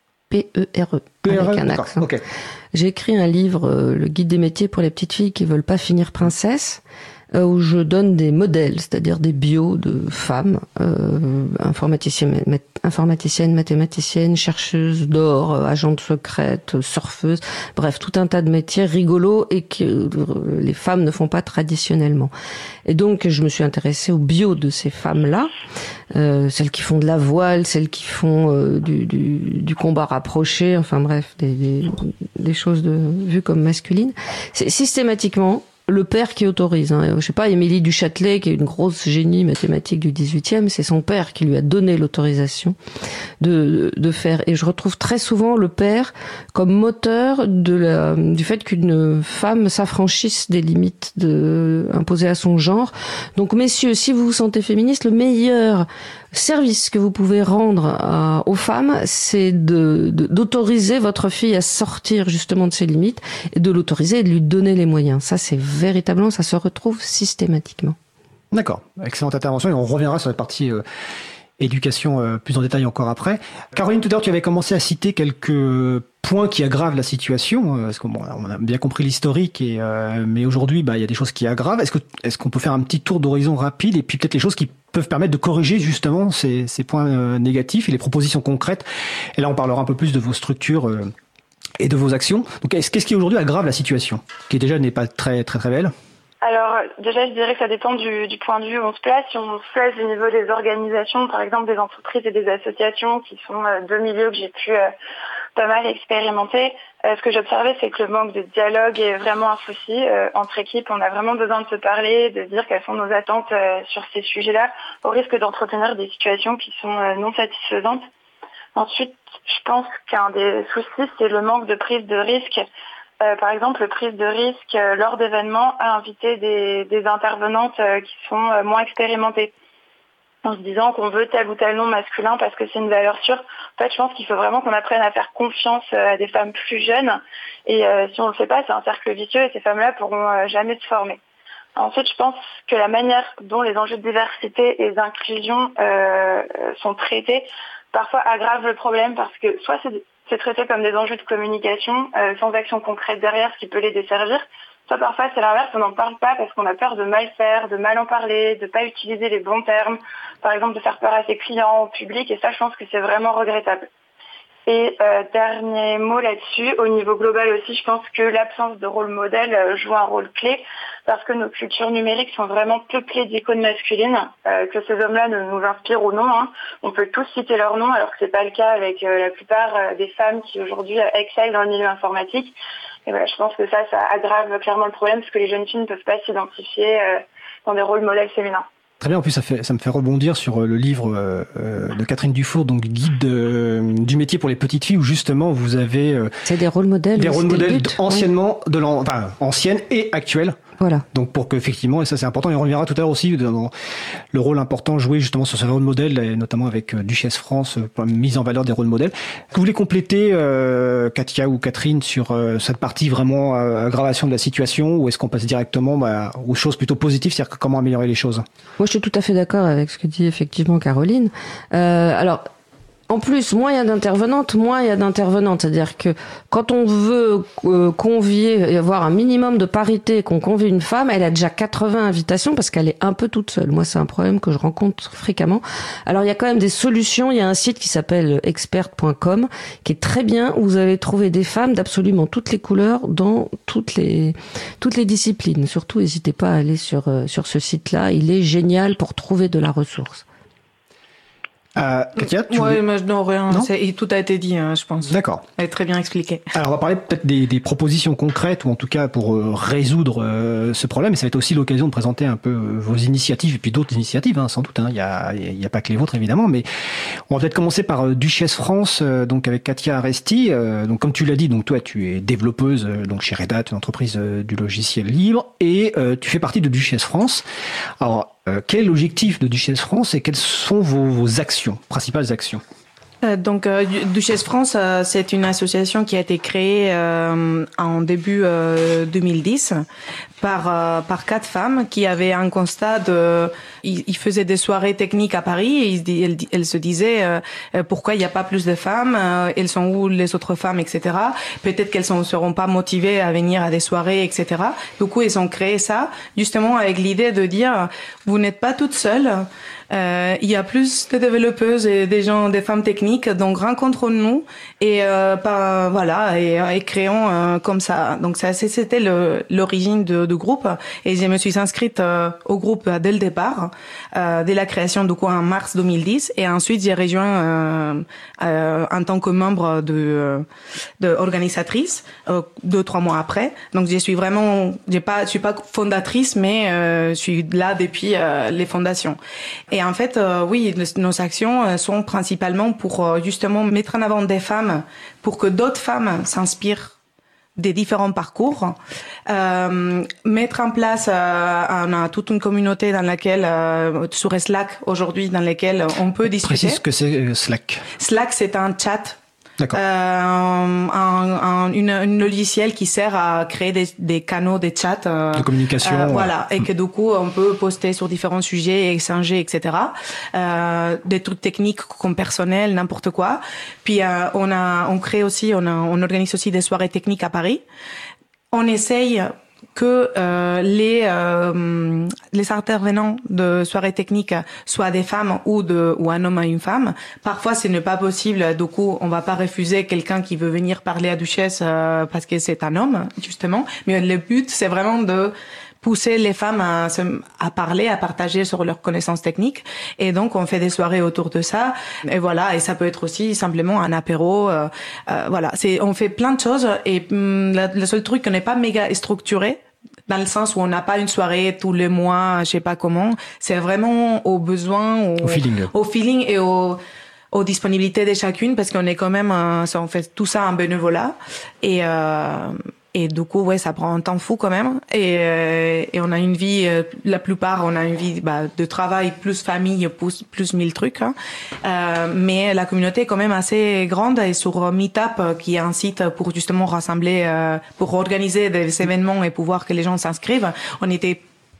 H: P E R E, avec un accent.
A: Okay.
H: J'ai écrit un livre, euh, le guide des métiers pour les petites filles qui veulent pas finir princesse, euh, où je donne des modèles, c'est-à-dire des bios de femmes, euh, informaticiennes, informaticiennes, mathématiciennes, chercheuses d'or, euh, agentes secrètes, surfeuses, bref, tout un tas de métiers rigolos et que euh, les femmes ne font pas traditionnellement. Et donc, je me suis intéressée aux bios de ces femmes-là, euh, celles qui font de la voile, celles qui font euh, du, du, du combat rapproché, enfin bref, des, des, des choses de, vues comme masculines. C'est systématiquement le père qui autorise. Hein. Je sais pas, Émilie du Châtelet, qui est une grosse génie mathématique du dix-huitième, c'est son père qui lui a donné l'autorisation de, de faire. Et je retrouve très souvent le père comme moteur de la, du fait qu'une femme s'affranchisse des limites de, imposées à son genre. Donc, messieurs, si vous vous sentez féministe, le meilleur service que vous pouvez rendre à, aux femmes, c'est de, de, d'autoriser votre fille à sortir justement de ses limites et de l'autoriser et de lui donner les moyens. Ça, c'est véritablement, ça se retrouve systématiquement.
A: D'accord, excellente intervention et on reviendra sur la partie euh, éducation euh, plus en détail encore après. Caroline, tout à l'heure, tu avais commencé à citer quelques points qui aggravent la situation, parce qu'on bon, on a bien compris l'historique, et, euh, mais aujourd'hui, bah, il y a des choses qui aggravent. Est-ce que, est-ce qu'on peut faire un petit tour d'horizon rapide et puis peut-être les choses qui peuvent permettre de corriger justement ces, ces points euh, négatifs et les propositions concrètes. Et là, on parlera un peu plus de vos structures euh, et de vos actions. Donc, qu'est-ce qui aujourd'hui aggrave la situation, qui déjà n'est pas très très très belle?
G: Alors, déjà, je dirais que ça dépend du, du point de vue où on se place. Si on se place au niveau des organisations, par exemple des entreprises et des associations, qui sont euh, deux milieux que j'ai pu euh, pas mal expérimenter, euh, ce que j'observais, c'est que le manque de dialogue est vraiment un souci. Euh, entre équipes, on a vraiment besoin de se parler, de dire quelles sont nos attentes euh, sur ces sujets-là, au risque d'entretenir des situations qui sont euh, non satisfaisantes. Ensuite, je pense qu'un des soucis, c'est le manque de prise de risque. Euh, par exemple, prise de risque euh, lors d'événements à inviter des, des intervenantes euh, qui sont euh, moins expérimentées, en se disant qu'on veut tel ou tel nom masculin parce que c'est une valeur sûre. En fait, je pense qu'il faut vraiment qu'on apprenne à faire confiance euh, à des femmes plus jeunes. Et euh, si on ne le fait pas, c'est un cercle vicieux et ces femmes-là pourront euh, jamais se former. Ensuite, je pense que la manière dont les enjeux de diversité et d'inclusion euh, sont traités parfois aggrave le problème parce que soit c'est, c'est traité comme des enjeux de communication euh, sans action concrète derrière qui peut les desservir, soit parfois c'est l'inverse, on n'en parle pas parce qu'on a peur de mal faire, de mal en parler, de pas utiliser les bons termes, par exemple de faire peur à ses clients, au public, et ça je pense que c'est vraiment regrettable. Et euh, dernier mot là-dessus, au niveau global aussi, je pense que l'absence de rôle modèle euh, joue un rôle clé parce que nos cultures numériques sont vraiment peuplées d'icônes masculines, euh, que ces hommes-là ne nous inspirent ou non. Hein. On peut tous citer leur nom alors que c'est pas le cas avec euh, la plupart euh, des femmes qui aujourd'hui euh, excellent dans le milieu informatique. Et voilà, je pense que ça, ça aggrave clairement le problème parce que les jeunes filles ne peuvent pas s'identifier euh, dans des rôles modèles féminins.
A: Très bien, en plus ça, fait, ça me fait rebondir sur le livre euh, de Catherine Dufour, donc Guide de, du métier pour les petites filles, où justement vous avez euh,
H: c'est des rôles modèles,
A: des rôles modèles
H: but,
A: anciennement, oui. de l'an, enfin anciennes et actuelles.
H: Voilà.
A: Donc pour qu'effectivement, et ça c'est important, et on reviendra tout à l'heure aussi dans le rôle important joué justement sur ce rôle modèle, et notamment avec Duchesse France, pour la mise en valeur des rôles modèles. Est-ce que vous voulez compléter, euh, Katia ou Catherine, sur euh, cette partie vraiment euh, aggravation de la situation, ou est-ce qu'on passe directement bah, aux choses plutôt positives, c'est-à-dire comment améliorer les choses?
H: Moi je suis tout à fait d'accord avec ce que dit effectivement Caroline. Euh, alors, en plus, moins il y a d'intervenantes, moins il y a d'intervenantes. C'est-à-dire que quand on veut euh, convier et avoir un minimum de parité, qu'on convie une femme, elle a déjà quatre-vingts invitations parce qu'elle est un peu toute seule. Moi, c'est un problème que je rencontre fréquemment. Alors, il y a quand même des solutions. Il y a un site qui s'appelle expert point com qui est très bien, où vous allez trouver des femmes d'absolument toutes les couleurs dans toutes les toutes les disciplines. Surtout, n'hésitez pas à aller sur euh, sur ce site-là. Il est génial pour trouver de la ressource.
A: Euh, Katia, tu
F: ouais,
A: voulais...
F: mais non, rien.
A: Non
F: c'est, tout a été dit, hein, je pense.
A: D'accord.
F: Elle est très bien expliqué.
A: Alors, on va parler peut-être des, des propositions concrètes, ou en tout cas pour euh, résoudre euh, ce problème. Et ça va être aussi l'occasion de présenter un peu euh, vos initiatives, et puis d'autres initiatives, hein, sans doute. Hein. Il y a, il y a pas que les vôtres, évidemment. Mais on va peut-être commencer par euh, Duchesse France, euh, donc avec Katia Aresti. Euh, donc, comme tu l'as dit, donc toi, tu es développeuse euh, donc chez Red Hat, une entreprise euh, du logiciel libre, et euh, tu fais partie de Duchesse France. Alors, Euh, quel est l'objectif de Duchesse France et quelles sont vos, vos actions, principales actions?
F: Euh, donc, euh, Duchesse France, euh, c'est une association qui a été créée euh, en début euh, deux mille dix par euh, par quatre femmes qui avaient un constat de, ils, ils faisaient des soirées techniques à Paris et ils, elles, elles se disaient euh, pourquoi il n'y a pas plus de femmes, euh, elles sont où les autres femmes, et cetera. Peut-être qu'elles ne seront pas motivées à venir à des soirées, et cetera. Du coup, ils ont créé ça justement avec l'idée de dire vous n'êtes pas toutes seules. Euh, il y a plus de développeuses et des gens, des femmes techniques, donc rencontrons-nous et euh, par, voilà et, et créons euh, comme ça. Donc ça, c'était le, l'origine de, du groupe et je me suis inscrite euh, au groupe dès le départ, euh, dès la création du coup en mars deux mille dix et ensuite j'ai rejoint euh, euh, en tant que membre de, de organisatrice euh, deux trois mois après. Donc je suis vraiment, j'ai pas, je suis pas fondatrice mais euh, je suis là depuis euh, les fondations. Et en fait, euh, oui, nos actions sont principalement pour euh, justement mettre en avant des femmes, pour que d'autres femmes s'inspirent des différents parcours, euh, mettre en place, euh, on a toute une communauté dans laquelle, euh, sur Slack aujourd'hui, dans laquelle on peut discuter.
A: Précise ce que c'est euh, Slack.
F: Slack, c'est un chat.
A: D'accord.
F: Euh, un, un, une, une logiciel qui sert à créer des, des canaux de chat euh,
A: de communication,
F: euh,
A: ouais.
F: Voilà, et que du coup on peut poster sur différents sujets, échanger, et cetera. Euh, des trucs techniques comme personnel, n'importe quoi. Puis euh, on a, on crée aussi, on, a, on organise aussi des soirées techniques à Paris. On essaye que euh, les euh, les intervenants de soirées techniques soient des femmes ou de ou un homme à une femme. Parfois, ce n'est pas possible. Du coup, on va pas refuser quelqu'un qui veut venir parler à Duchesse euh, parce que c'est un homme, justement. Mais le but, c'est vraiment de pousser les femmes à, à parler, à partager sur leurs connaissances techniques. Et donc, on fait des soirées autour de ça. Et voilà. Et ça peut être aussi simplement un apéro. Euh, euh, voilà. C'est, on fait plein de choses. Et hum, la, le seul truc, on n'est pas méga structuré. Dans le sens où on n'a pas une soirée tous les mois, je sais pas comment. C'est vraiment au besoin, au,
A: au feeling,
F: au feeling et au, aux disponibilités de chacune, parce qu'on est quand même, euh, ça, on fait tout ça en bénévolat. Et euh, Et du coup, ouais, ça prend un temps fou quand même. Et, euh, et on a une vie, euh, la plupart, on a une vie bah, de travail plus famille, plus, plus mille trucs. Hein. Euh, mais la communauté est quand même assez grande. Et sur Meetup, qui est un site pour justement rassembler, euh, pour organiser des événements et pouvoir que les gens s'inscrivent, on était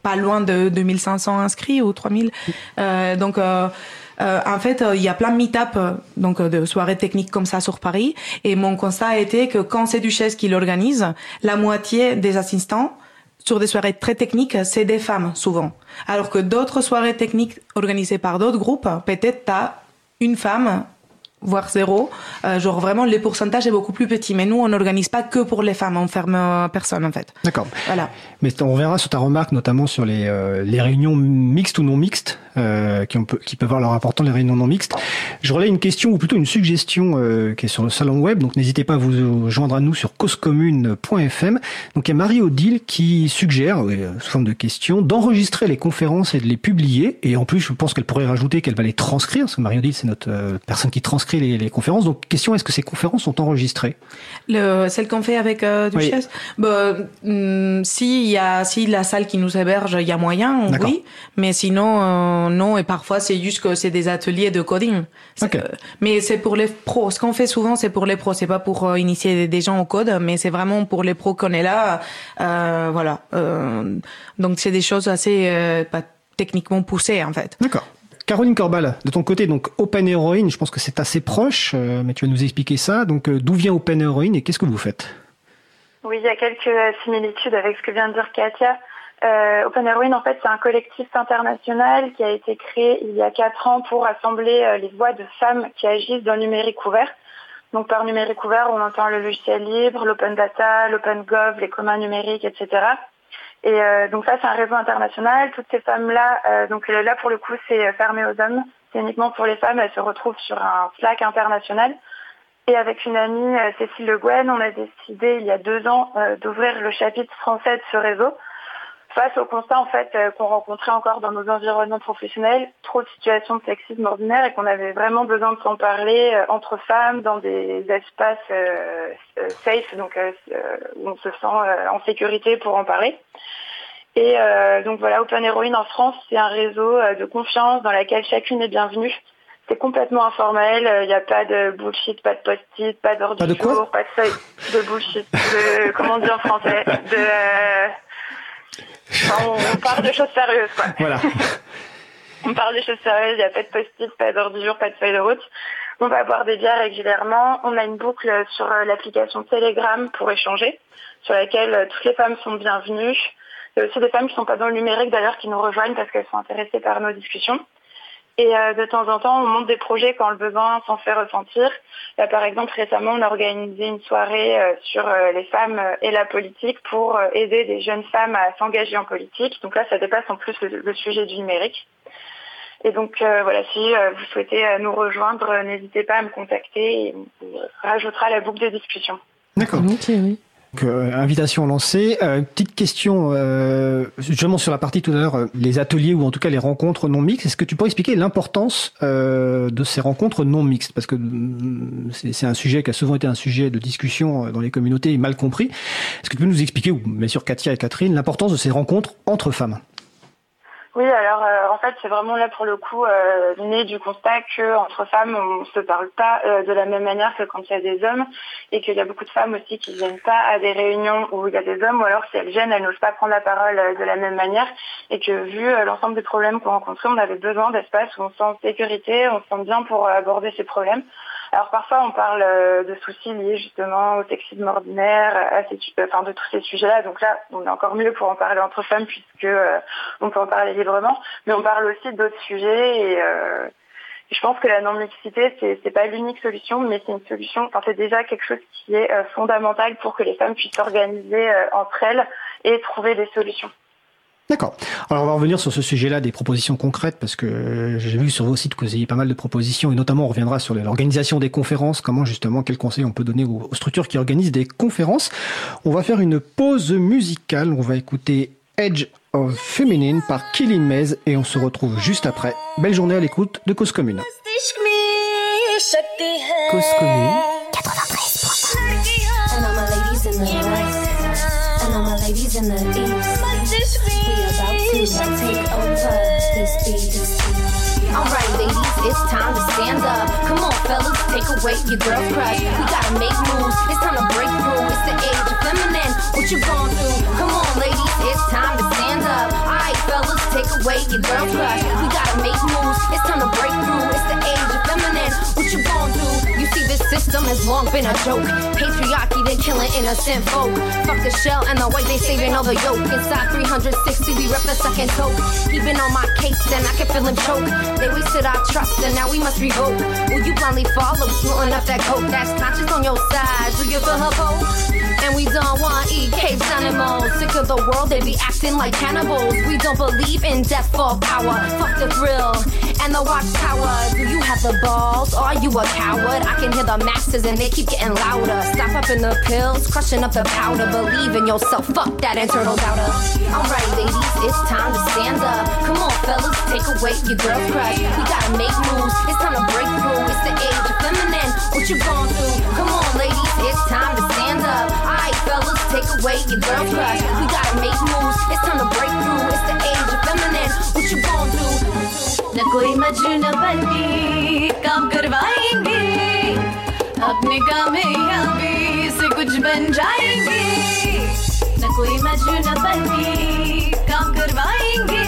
F: pas loin de deux mille cinq cents inscrits ou trois mille. Euh, donc euh, Euh, en fait, il y a plein de meet-up, donc de soirées techniques comme ça sur Paris. Et mon constat a été que quand c'est Duchesse qui l'organise, la moitié des assistants sur des soirées très techniques, c'est des femmes souvent. Alors que d'autres soirées techniques organisées par d'autres groupes, peut-être t'as une femme, voire zéro. Euh, genre vraiment, le pourcentage est beaucoup plus petit. Mais nous, on n'organise pas que pour les femmes, on ferme personne en fait.
A: D'accord.
F: Voilà.
A: Mais on verra sur ta remarque, notamment sur les, euh, les réunions mixtes ou non mixtes, euh, qui, on peut, qui peuvent avoir leur important, les réunions non mixtes. Je relais une question, ou plutôt une suggestion, euh, qui est sur le salon web. Donc n'hésitez pas à vous joindre à nous sur cause commune point f m. Donc il y a Marie-Odile qui suggère, euh, sous forme de question, d'enregistrer les conférences et de les publier. Et en plus, je pense qu'elle pourrait rajouter qu'elle va les transcrire, parce que Marie-Odile, c'est notre euh, personne qui transcrit Les, les conférences. Donc, question, est-ce que ces conférences sont enregistrées?
F: Le, celle qu'on fait avec euh, Duchesse? Oui. Bah, hum, si, y a, si la salle qui nous héberge, il y a moyen, D'accord. oui. Mais sinon, euh, non. Et parfois, c'est juste que c'est des ateliers de coding. Okay. Euh, mais c'est pour les pros. Ce qu'on fait souvent, c'est pour les pros. C'est pas pour euh, initier des gens au code, mais c'est vraiment pour les pros qu'on est là. Euh, voilà. Euh, donc, c'est des choses assez euh, pas techniquement poussées, en fait.
A: D'accord. Caroline Corbal, de ton côté, donc Open Heroine, je pense que c'est assez proche, euh, mais tu vas nous expliquer ça. Donc, euh, d'où vient Open Heroine et qu'est-ce que vous faites?
G: Oui, il y a quelques similitudes avec ce que vient de dire Katia. Euh, Open Heroine, en fait, c'est un collectif international qui a été créé il y a quatre ans pour rassembler euh, les voix de femmes qui agissent dans le numérique ouvert. Donc, par numérique ouvert, on entend le logiciel libre, l'open data, l'open gov, les communs numériques, et cetera. Et euh, donc ça, c'est un réseau international. Toutes ces femmes-là, euh, donc là pour le coup, c'est fermé aux hommes. C'est uniquement pour les femmes. Elles se retrouvent sur un Slack international. Et avec une amie, euh, Cécile Le Guen, on a décidé il y a deux ans euh, d'ouvrir le chapitre français de ce réseau. Face au constat en fait euh, qu'on rencontrait encore dans nos environnements professionnels, trop de situations de sexisme ordinaire et qu'on avait vraiment besoin de s'en parler euh, entre femmes dans des espaces euh, euh, safe, donc euh, où on se sent euh, en sécurité pour en parler. Et euh, donc voilà, Open Heroine en France, c'est un réseau euh, de confiance dans lequel chacune est bienvenue. C'est complètement informel, il n'y a pas de bullshit, pas de post-it, pas d'ordre
A: pas
G: du
A: de quoi
G: jour, pas de feuille de bullshit, de comment on dit en français, de euh, enfin, on, on parle de choses sérieuses quoi.
A: Voilà.
G: On parle des choses sérieuses, il n'y a pas de post-it, pas d'ordre du jour, pas de feuille de route. On va boire des bières régulièrement. On a une boucle sur l'application Telegram pour échanger, sur laquelle toutes les femmes sont bienvenues. Il y a aussi des femmes qui ne sont pas dans le numérique d'ailleurs qui nous rejoignent parce qu'elles sont intéressées par nos discussions. Et euh, de temps en temps, on monte des projets quand le besoin s'en fait ressentir. Là, par exemple, récemment, on a organisé une soirée euh, sur euh, les femmes euh, et la politique pour euh, aider des jeunes femmes à s'engager en politique. Donc là, ça dépasse en plus le, le sujet du numérique. Et donc, euh, voilà, si euh, vous souhaitez euh, nous rejoindre, euh, n'hésitez pas à me contacter et on rajoutera la boucle de discussion.
A: D'accord. Ok, oui. Donc, euh, invitation lancée. Euh, petite question, euh, justement sur la partie tout à l'heure, euh, les ateliers ou en tout cas les rencontres non mixtes. Est-ce que tu pourrais expliquer l'importance euh, de ces rencontres non mixtes? Parce que euh, c'est, c'est un sujet qui a souvent été un sujet de discussion dans les communautés et mal compris. Est-ce que tu peux nous expliquer, ou bien sûr Katia et Catherine, l'importance de ces rencontres entre femmes?
G: Oui, alors euh, en fait, c'est vraiment là pour le coup euh, né du constat que entre femmes, on se parle pas euh, de la même manière que quand il y a des hommes, et qu'il y a beaucoup de femmes aussi qui viennent pas à des réunions où il y a des hommes, ou alors si elles viennent, elles n'osent pas prendre la parole euh, de la même manière, et que vu euh, l'ensemble des problèmes qu'on rencontrait, on avait besoin d'espace où on se sent en sécurité, on se sent bien pour euh, aborder ces problèmes. Alors parfois on parle euh, de soucis liés justement au sexisme ordinaire, à ces, enfin de tous ces sujets-là. Donc là, on est encore mieux pour en parler entre femmes puisque euh, on peut en parler librement. Mais on parle aussi d'autres sujets et euh, je pense que la non-mixité c'est, c'est pas l'unique solution, mais c'est une solution. Enfin c'est déjà quelque chose qui est euh, fondamental pour que les femmes puissent s'organiser euh, entre elles et trouver des solutions.
A: D'accord. Alors on va revenir sur ce sujet-là des propositions concrètes parce que j'ai vu sur vos sites que vous avez pas mal de propositions et notamment on reviendra sur l'organisation des conférences, comment justement, quels conseils on peut donner aux, aux structures qui organisent des conférences. On va faire une pause musicale, on va écouter Edge of Feminine par Killing Maze et on se retrouve juste après. Belle journée à l'écoute de Cause Commune. Cause Commune quatre-vingt-treize
I: Alright, ladies, it's time to stand up. Come on, fellas, take away your girl's crush. We gotta make moves, it's time to break through. It's the age of feminine, what you gon' do? Come on, ladies, it's time to stand up. Alright, your girl crush. We gotta make moves, it's time to break through. It's the age of feminine, what you gon' do? You see this system has long been a joke. Patriarchy, they killing innocent folk. Fuck the shell and the white, they saving all the yolk. Inside three hundred sixty, we rep the second toke. He been on my case and I can feel him choke. They wasted our trust and now we must revoke. Will you blindly follow, snorting up that coke? That's conscious on your side, do you feel her pose? And we don't want to eat caged animals. Sick of the world, they be acting like cannibals. We don't believe in death for power. Fuck the thrill and the watchtower. Do you have the balls or are you a coward? I can hear the masses and they keep getting louder. Stop up in the pills, crushing up the powder. Believe in yourself, fuck that internal doubter. Alright ladies, it's time to stand up. Come on fellas, take away your girl's crush. We gotta make moves, it's time to break through. It's the age of feminine, what you gon' do? Come on ladies, it's time to stand up. Alright fellas, take away your girl's crush. We gotta make moves, it's time to break through. It's the age of feminine, what you gon' do?
J: न कोई मजनू बनी काम करवाएंगे अपने कामयाबी से कुछ बन जाएंगे न कोई मजनू बनी काम करवाएंगे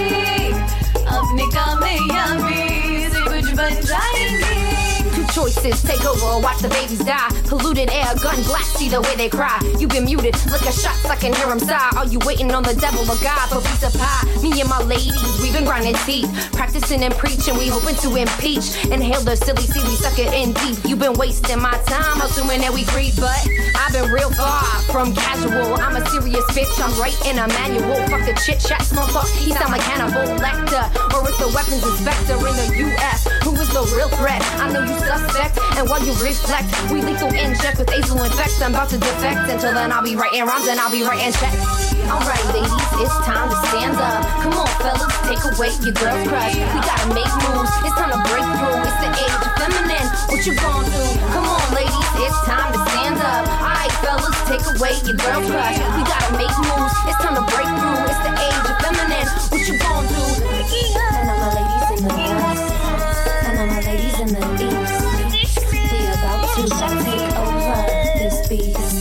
J: अपने कामयाबी से कुछ बन जाएंगे
I: Choices take over, watch the babies die. Polluted air, gun blast, see the way they cry. You been muted, look at shots, I can hear them sigh. Are you waiting on the devil or God for piece of pie? Me and my ladies, we've been grinding teeth, practicing and preaching, we hoping to impeach. Inhale the silly seed, we suck it in deep. You been wasting my time, assuming that we creep, but I've been real far from casual. I'm a serious bitch, I'm writing a manual. Fuck the chit chat, small talk, he sound like Hannibal Lecter, or it's the weapons inspector in the U S. Who is the real threat? I know you suspect. And while you reflect, we lethal inject with azul infect. I'm about to defect. Until then I'll be writing rhymes and I'll be writing checks. Alright ladies, it's time to stand up. Come on fellas, take away your girl's crush. We gotta make moves, it's time to break through. It's the age of feminine, what you gon' do? Come on ladies, it's time to stand up. Alright fellas, take away your girl's crush. We gotta make moves, it's time to break through. It's the age of feminine, what you gon' do?
J: And all my ladies in the west, and all my ladies in the east, we about to take over this beast.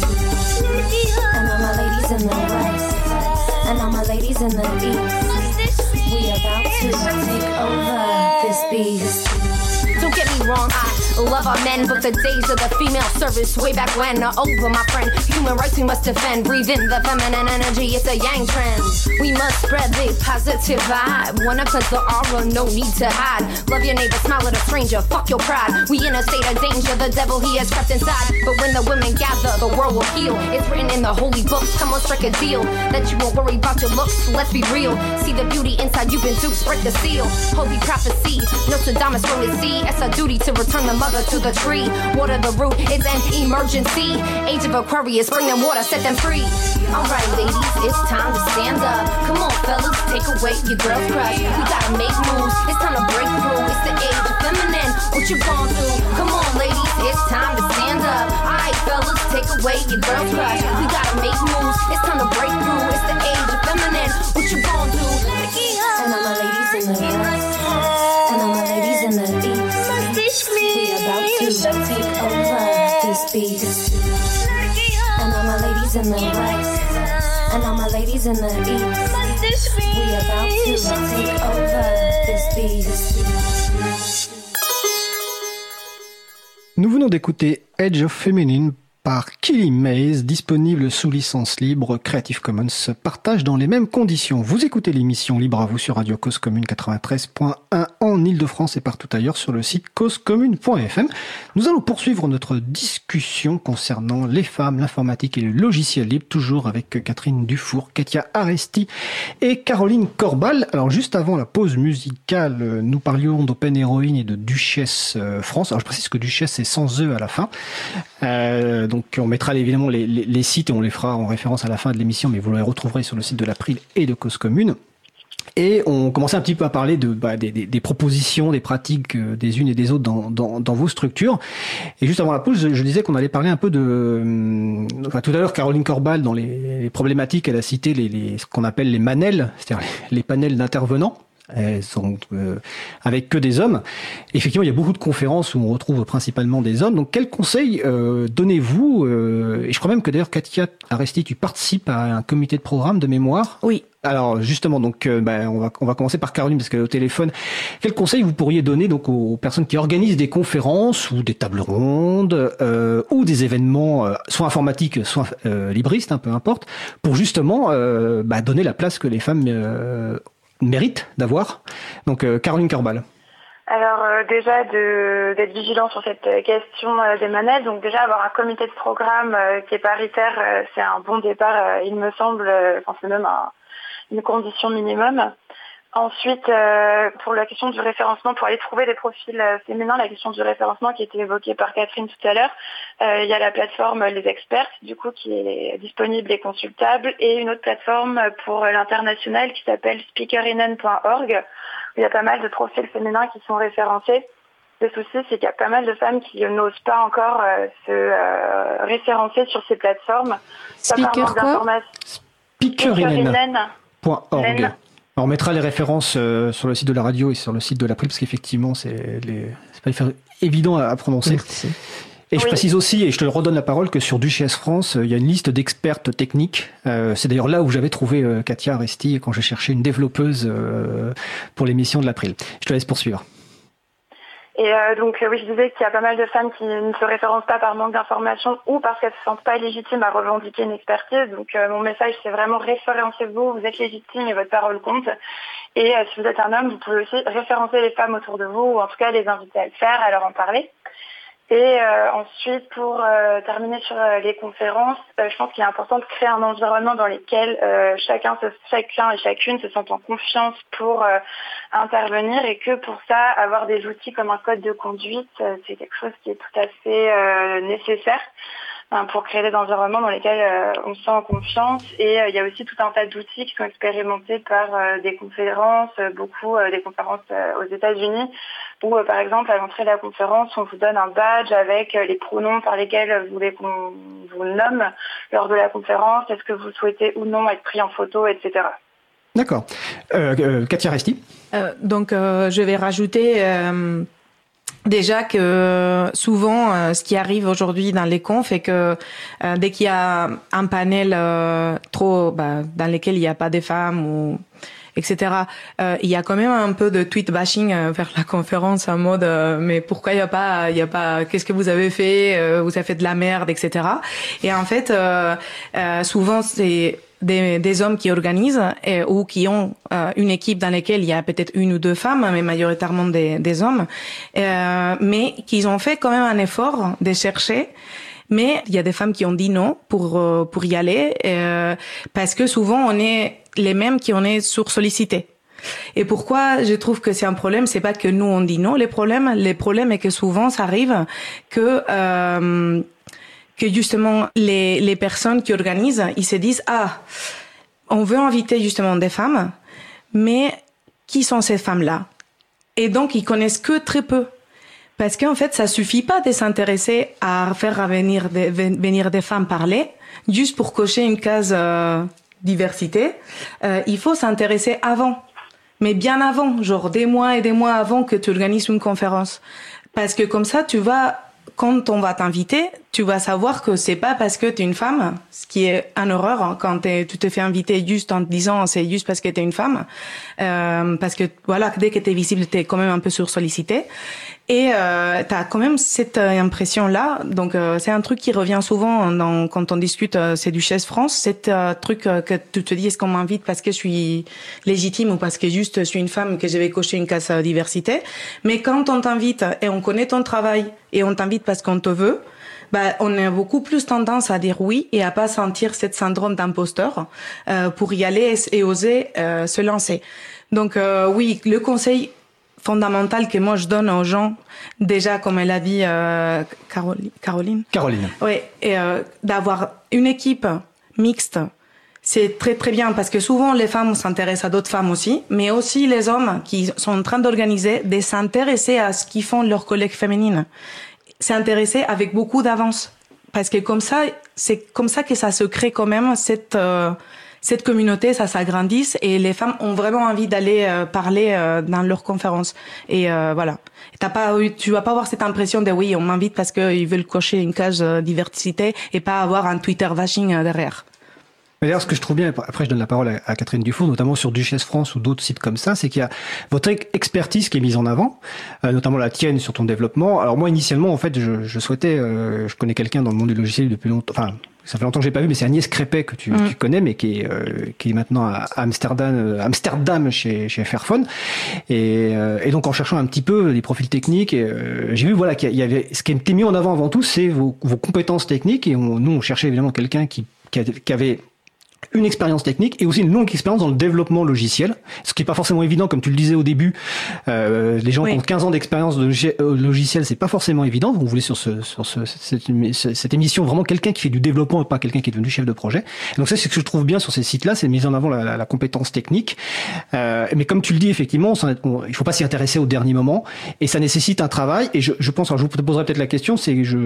J: And all my ladies in the west, and all my ladies in the east, we about to take over this beast.
I: Don't get me wrong, I love our men, but the days of the female service way back when are over, my friend. Human rights we must defend, breathe in the feminine energy, it's a yang trend. We must spread the positive vibe, wanna cleanse the aura, no need to hide. Love your neighbor, smile at a stranger, fuck your pride. We in a state of danger, the devil he has crept inside. But when the women gather, the world will heal. It's written in the holy books, come on strike a deal, that you won't worry about your looks, let's be real. See the beauty inside, you've been duped, break the seal. Holy prophecy, Nostradamus wrote it, see. It's a duty to return the mother to the tree. Water the root, it's an emergency. Age of Aquarius, bring them water, set them free. Alright ladies, it's time to stand up. Come on fellas, take away your girl's crush. We gotta make moves, it's time to break through. It's the age of feminine, what you gon' do? Come on ladies, it's time to stand up. Alright fellas, take away your girl's crush. We gotta make moves, it's time to break through. It's the age of feminine, what you gon' do?
J: And all my ladies in the west, and all my ladies in the east, we about to take over this beast. And all my ladies in the west, and all my ladies in the east, we about to take over this beast.
A: Nous venons d'écouter Edge of Feminine par Killy Maze, disponible sous licence libre. Creative Commons partage dans les mêmes conditions. Vous écoutez l'émission Libre à vous sur Radio Cause Commune quatre-vingt-treize point un en Ile-de-France et partout ailleurs sur le site cause commune point f m. Nous allons poursuivre notre discussion concernant les femmes, l'informatique et le logiciel libre, toujours avec Catherine Dufour, Katia Aresti et Caroline Corbal. Alors juste avant la pause musicale, nous parlions d'Open Heroine et de Duchesse France. Alors je précise que Duchesse c'est sans E à la fin. Euh, donc on mettra évidemment les, les, les sites et on les fera en référence à la fin de l'émission, mais vous les retrouverez sur le site de l'April et de Cause Commune. Et on commençait un petit peu à parler de bah, des, des, des propositions, des pratiques euh, des unes et des autres dans, dans, dans vos structures. Et juste avant la pause, je, je disais qu'on allait parler un peu de... Euh, enfin, tout à l'heure, Caroline Corbal, dans les, les problématiques, elle a cité les, les, ce qu'on appelle les manels, c'est-à-dire les, les panels d'intervenants. Elles sont euh, avec que des hommes. Effectivement, il y a beaucoup de conférences où on retrouve principalement des hommes. Donc, quels conseils euh, donnez-vous euh, Et je crois même que d'ailleurs, Katia Aresti, tu participes à un comité de programme de mémoire.
F: Oui.
A: Alors justement, donc euh, ben, on va on va commencer par Caroline parce qu'elle est au téléphone. Quels conseils vous pourriez donner donc aux personnes qui organisent des conférences ou des tables rondes euh, ou des événements euh, soit informatiques, soit euh, libristes, hein, peu importe, pour justement euh, bah, donner la place que les femmes euh, mérite d'avoir. Donc euh, Caroline Corbal.
G: Alors euh, déjà de, d'être vigilant sur cette question euh, des manèges. Donc déjà avoir un comité de programme euh, qui est paritaire, euh, c'est un bon départ, euh, il me semble. Euh, enfin c'est même un, une condition minimum. Ensuite, euh, pour la question du référencement, pour aller trouver des profils euh, féminins, la question du référencement qui a été évoquée par Catherine tout à l'heure, euh, il y a la plateforme Les Experts, du coup, qui est disponible et consultable, et une autre plateforme pour l'international qui s'appelle speakerinen point org, où il y a pas mal de profils féminins qui sont référencés. Le souci, c'est qu'il y a pas mal de femmes qui n'osent pas encore euh, se euh, référencer sur ces plateformes.
H: Speaker quoi
A: Speakerinen point org. On mettra les références euh, sur le site de la radio et sur le site de l'April parce qu'effectivement c'est, les... c'est pas évident à, à prononcer. Merci. Et oui. Je précise aussi, et je te redonne la parole, que sur Duchesse France, il y a une liste d'expertes techniques. Euh, c'est d'ailleurs là où j'avais trouvé euh, Katia Aresti quand j'ai cherché une développeuse euh, pour l'émission de l'April. Je te laisse poursuivre.
G: Et euh, donc euh, oui, je disais qu'il y a pas mal de femmes qui ne se référencent pas par manque d'informations ou parce qu'elles se sentent pas légitimes à revendiquer une expertise. Donc euh, mon message, c'est vraiment référencez-vous, vous êtes légitime et votre parole compte. Et euh, si vous êtes un homme, vous pouvez aussi référencer les femmes autour de vous ou en tout cas les inviter à le faire, à leur en parler. Et euh, ensuite, pour euh, terminer sur euh, les conférences, euh, je pense qu'il est important de créer un environnement dans lequel euh, chacun, se, chacun et chacune se sentent en confiance pour euh, intervenir et que pour ça, avoir des outils comme un code de conduite, euh, c'est quelque chose qui est tout à fait euh, nécessaire hein, pour créer des environnements dans lesquels euh, on se sent en confiance. Et euh, il y a aussi tout un tas d'outils qui sont expérimentés par euh, des conférences, euh, beaucoup euh, des conférences euh, aux États-Unis, où, euh, par exemple, à l'entrée de la conférence, on vous donne un badge avec euh, les pronoms par lesquels vous voulez qu'on vous nomme lors de la conférence, est-ce que vous souhaitez ou non être pris en photo, et cetera.
A: D'accord. Euh, euh, Katia Aresti.
F: Euh, donc, euh, je vais rajouter euh, déjà que souvent, euh, ce qui arrive aujourd'hui dans les confs est que euh, dès qu'il y a un panel euh, trop bah, dans lequel il n'y a pas de femmes ou et cetera. Euh, il y a quand même un peu de tweet bashing euh, vers la conférence en mode euh, mais pourquoi il y a pas, il y a pas, qu'est-ce que vous avez fait, euh, vous avez fait de la merde, et cetera. Et en fait, euh, euh, souvent c'est des, des hommes qui organisent et, ou qui ont euh, une équipe dans laquelle il y a peut-être une ou deux femmes, mais majoritairement des, des hommes, euh, mais qu'ils ont fait quand même un effort de chercher. Mais il y a des femmes qui ont dit non pour euh, pour y aller euh, parce que souvent on est les mêmes qui on est sursollicités. Et pourquoi je trouve que c'est un problème, c'est pas que nous on dit non, les problèmes, les problèmes est que souvent ça arrive que euh, que justement les les personnes qui organisent, ils se disent ah, on veut inviter justement des femmes, mais qui sont ces femmes-là? Et donc ils connaissent que très peu. Parce qu'en fait, ça suffit pas de s'intéresser à faire venir des, venir des femmes parler, juste pour cocher une case euh, diversité. Euh, il faut s'intéresser avant, mais bien avant, genre des mois et des mois avant que tu organises une conférence. Parce que comme ça, tu vas, quand on va t'inviter, tu vas savoir que c'est pas parce que t'es une femme, ce qui est une horreur hein, quand t'es, tu te fais inviter juste en te disant c'est juste parce que t'es une femme, euh, parce que voilà, dès que t'es visible, t'es quand même un peu sursollicité. Et euh, t'as quand même cette euh, impression-là. Donc euh, c'est un truc qui revient souvent dans, quand on discute. Euh, c'est Duchesse France. C'est un euh, truc euh, que tu te dis est-ce qu'on m'invite parce que je suis légitime ou parce que juste je suis une femme que je vais cocher une case diversité. Mais quand on t'invite et on connaît ton travail et on t'invite parce qu'on te veut, bah on a beaucoup plus tendance à dire oui et à pas sentir cette syndrome d'imposteur euh, pour y aller et, et oser euh, se lancer. Donc euh, oui, le conseil fondamental que moi je donne aux gens, déjà comme elle a dit euh, Caroline. Caroline.
A: Caroline.
F: Oui, et euh, d'avoir une équipe mixte, c'est très très bien parce que souvent les femmes s'intéressent à d'autres femmes aussi, mais aussi les hommes qui sont en train d'organiser, de s'intéresser à ce qu'ils font leurs collègues féminines, s'intéresser avec beaucoup d'avance, parce que comme ça, c'est comme ça que ça se crée quand même cette euh, cette communauté, ça s'agrandisse et les femmes ont vraiment envie d'aller euh, parler euh, dans leurs conférences. Et euh, voilà. T'as pas, tu vas pas avoir cette impression de oui, on m'invite parce qu'ils veulent cocher une case euh, diversité et pas avoir un Twitter bashing euh, derrière.
A: Mais d'ailleurs, ce que je trouve bien, après je donne la parole à, à Catherine Dufour, notamment sur Duchesse France ou d'autres sites comme ça, c'est qu'il y a votre expertise qui est mise en avant, euh, notamment la tienne sur ton développement. Alors moi, initialement, en fait, je, je souhaitais, euh, je connais quelqu'un dans le monde du logiciel depuis longtemps, enfin, ça fait longtemps que j'ai pas vu, mais c'est Agnès Crépet que tu, mmh. tu connais, mais qui est, euh, qui est maintenant à Amsterdam, euh, Amsterdam chez, chez Fairphone. Et, euh, et donc, en cherchant un petit peu les profils techniques, et, euh, j'ai vu, voilà, qu'il y avait, ce qui était mis en avant avant tout, c'est vos, vos compétences techniques. Et on, nous, on cherchait évidemment quelqu'un qui, qui, a, qui avait une expérience technique et aussi une longue expérience dans le développement logiciel, ce qui est pas forcément évident, comme tu le disais au début. Euh, les gens oui. qui ont quinze ans d'expérience de logiciel, c'est pas forcément évident. On voulait sur ce, sur ce, cette, cette émission vraiment quelqu'un qui fait du développement et pas quelqu'un qui est devenu chef de projet. Donc ça, c'est ce que je trouve bien sur ces sites-là, c'est mise en avant la, la, la compétence technique. Euh, mais comme tu le dis, effectivement, on, on, il faut pas s'y intéresser au dernier moment et ça nécessite un travail. Et je, je pense, alors je vous poserai peut-être la question, c'est que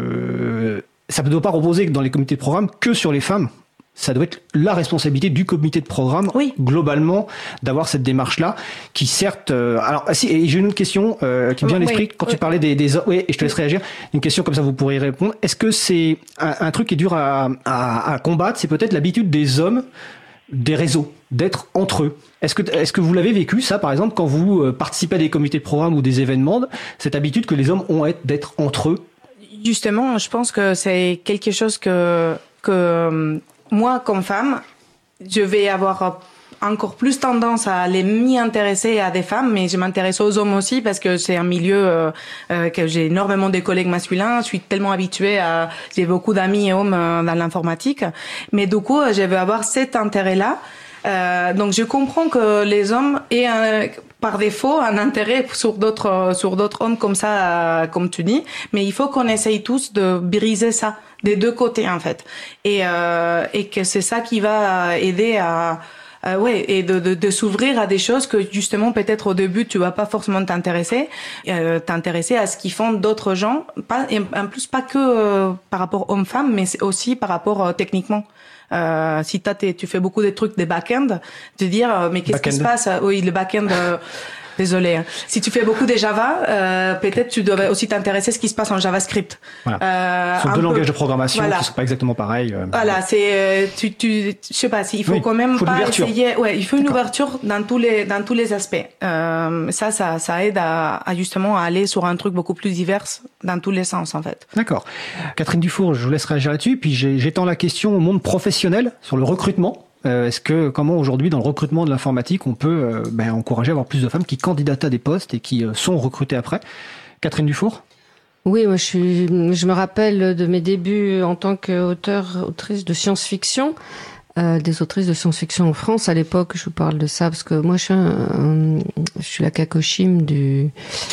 A: je, ça ne doit pas reposer dans les comités de programme que sur les femmes. Ça doit être la responsabilité du comité de programme, oui. globalement, d'avoir cette démarche-là, qui certes... Euh, alors, ah, si, et j'ai une autre question euh, qui me vient oui, à l'esprit, quand oui. tu parlais des... des oui, et je te laisse réagir. Une question comme ça, vous pourrez y répondre. Est-ce que c'est un, un truc qui est dur à, à, à combattre? C'est peut-être l'habitude des hommes, des réseaux, d'être entre eux. Est-ce que, est-ce que vous l'avez vécu, ça, par exemple, quand vous participez à des comités de programme ou des événements, cette habitude que les hommes ont d'être entre eux?
F: Justement, je pense que c'est quelque chose que... que moi, comme femme, je vais avoir encore plus tendance à aller m'y intéresser à des femmes, mais je m'intéresse aux hommes aussi parce que c'est un milieu euh, euh, que j'ai énormément de collègues masculins. Je suis tellement habituée à, j'ai beaucoup d'amis hommes euh, dans l'informatique, mais du coup, je vais avoir cet intérêt-là. Euh, donc, je comprends que les hommes aient un, par défaut un intérêt sur d'autres sur d'autres hommes comme ça, euh, comme tu dis, mais il faut qu'on essaye tous de briser ça. Des deux côtés en fait, et euh, et que c'est ça qui va aider à euh, ouais et de, de de s'ouvrir à des choses que justement peut-être au début tu vas pas forcément t'intéresser, euh, t'intéresser à ce qu'ils font d'autres gens, pas et en plus pas que euh, par rapport hommes-femmes, mais c'est aussi par rapport euh, techniquement. Euh, si t'as tes, tu fais beaucoup de trucs des back-end, de dire euh, mais qu'est-ce back-end. qui se passe? Oui, le back-end. Euh, Désolée. Hein. Si tu fais beaucoup de Java, euh, peut-être tu devrais aussi t'intéresser à ce qui se passe en JavaScript.
A: Voilà. Euh, ce sont deux peu... langages de programmation voilà. qui sont pas exactement pareils. Euh,
F: voilà, c'est tu tu je sais pas, il faut oui, quand même faut pas essayer. Ouais, il faut une D'accord. ouverture dans tous les dans tous les aspects. Euh, ça ça ça aide à, à justement à aller sur un truc beaucoup plus divers dans tous les sens en fait.
A: D'accord. Catherine Dufour, je vous laisse réagir là-dessus. Puis j'étends la question au monde professionnel sur le recrutement. Euh, est-ce que, comment aujourd'hui, dans le recrutement de l'informatique, on peut euh, ben, encourager à avoir plus de femmes qui candidatent à des postes et qui euh, sont recrutées après? Catherine Dufour?
H: Oui, moi je suis, je me rappelle de mes débuts en tant qu'auteur, autrice de science-fiction. Euh, des autrices de science-fiction en France à l'époque, je vous parle de ça parce que moi je suis un, un, je suis la Kakoshim du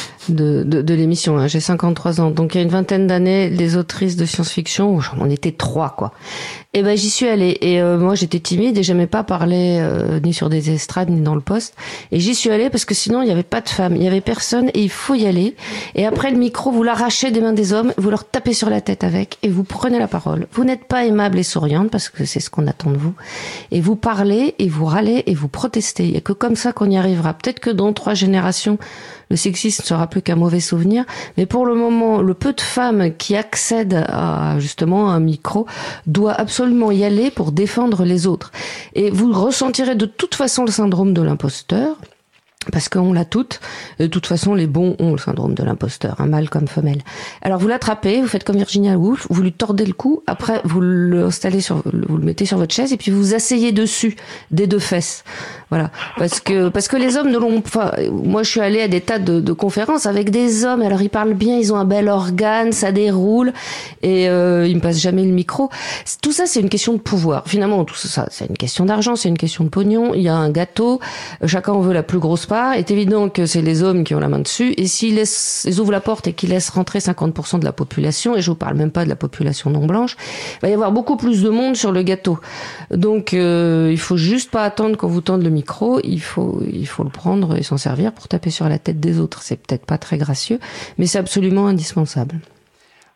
H: de, de, de l'émission, hein. J'ai cinquante-trois ans, donc il y a une vingtaine d'années, les autrices de science-fiction, on était trois quoi. Et ben j'y suis allée et euh, moi j'étais timide et j'aimais pas parler euh, ni sur des estrades ni dans le poste et j'y suis allée parce que sinon il y avait pas de femmes, il y avait personne et il faut y aller. Et après le micro, vous l'arrachez des mains des hommes, vous leur tapez sur la tête avec et vous prenez la parole. Vous n'êtes pas aimable et souriante parce que c'est ce qu'on attend de vous. Et vous parlez et vous râlez et vous protestez. Il y a que comme ça qu'on y arrivera. Peut-être que dans trois générations, le sexisme ne sera plus qu'un mauvais souvenir. Mais pour le moment, le peu de femmes qui accèdent à justement un micro doit absolument y aller pour défendre les autres. Et vous ressentirez de toute façon le syndrome de l'imposteur. Parce qu'on l'a toutes. De toute façon, les bons ont le syndrome de l'imposteur, un mâle comme femelle. Alors vous l'attrapez, vous faites comme Virginia Woolf, vous lui tordez le cou, après vous l'installez sur, vous le mettez sur votre chaise et puis vous asseyez dessus des deux fesses. Voilà, parce que parce que les hommes ne l'ont. Enfin, moi je suis allée à des tas de, de conférences avec des hommes. Alors ils parlent bien, ils ont un bel organe, ça déroule et euh, ils me passent jamais le micro. Tout ça, c'est une question de pouvoir. Finalement, tout ça, c'est une question d'argent, c'est une question de pognon. Il y a un gâteau, chacun en veut la plus grosse part. Est évident que c'est les hommes qui ont la main dessus. Et s'ils laissent, ils ouvrent la porte et qu'ils laissent rentrer cinquante pour cent de la population, et je vous parle même pas de la population non blanche, il va y avoir beaucoup plus de monde sur le gâteau. Donc, euh, il faut juste pas attendre qu'on vous tende le micro. Il faut, il faut le prendre et s'en servir pour taper sur la tête des autres. C'est peut-être pas très gracieux, mais c'est absolument indispensable.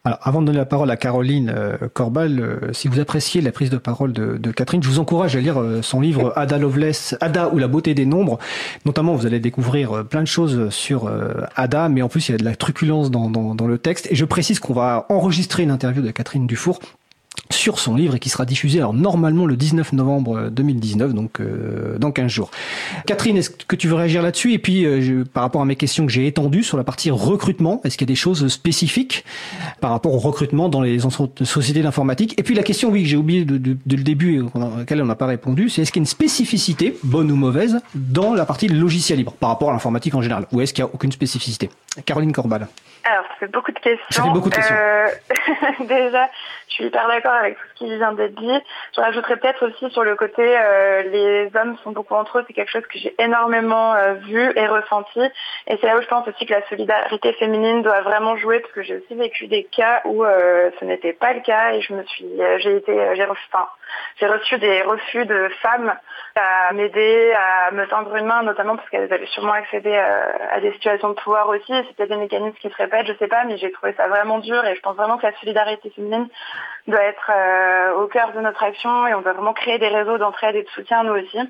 A: Alors, avant de donner la parole à Caroline euh, Corbal, euh, si vous appréciez la prise de parole de, de Catherine, je vous encourage à lire euh, son livre Ada Lovelace, Ada ou la beauté des nombres. Notamment, vous allez découvrir euh, plein de choses sur euh, Ada, mais en plus, il y a de la truculence dans, dans, dans le texte. Et je précise qu'on va enregistrer une interview de Catherine Dufour sur son livre et qui sera diffusé alors normalement le dix-neuf novembre deux mille dix-neuf, donc euh, dans quinze jours. Catherine, est-ce que tu veux réagir là-dessus? Et puis euh, je, par rapport à mes questions que j'ai étendues sur la partie recrutement, est-ce qu'il y a des choses spécifiques par rapport au recrutement dans les sociétés d'informatique? Et puis la question, oui, que j'ai oublié de, de, de le début et à laquelle on n'a pas répondu, c'est est-ce qu'il y a une spécificité, bonne ou mauvaise, dans la partie logiciel libre par rapport à l'informatique en général, ou est-ce qu'il n'y a aucune spécificité? Caroline Corbal.
G: Alors, ça fait beaucoup de questions.
A: Ça fait beaucoup de questions.
G: Euh, déjà, je suis hyper d'accord avec tout ce qui vient d'être dit. Je rajouterais peut-être aussi sur le côté, euh, les hommes sont beaucoup entre eux. C'est quelque chose que j'ai énormément euh, vu et ressenti. Et c'est là où je pense aussi que la solidarité féminine doit vraiment jouer, parce que j'ai aussi vécu des cas où euh, ce n'était pas le cas et je me suis, euh, j'ai été, euh, j'ai reçu, enfin, j'ai reçu des refus de femmes à m'aider, à me tendre une main, notamment parce qu'elles avaient sûrement accédé à, à des situations de pouvoir aussi. C'est peut-être des mécanismes qui se répètent, je sais pas, mais j'ai trouvé ça vraiment dur et je pense vraiment que la solidarité féminine doit être euh, au cœur de notre action et on doit vraiment créer des réseaux d'entraide et de soutien nous aussi.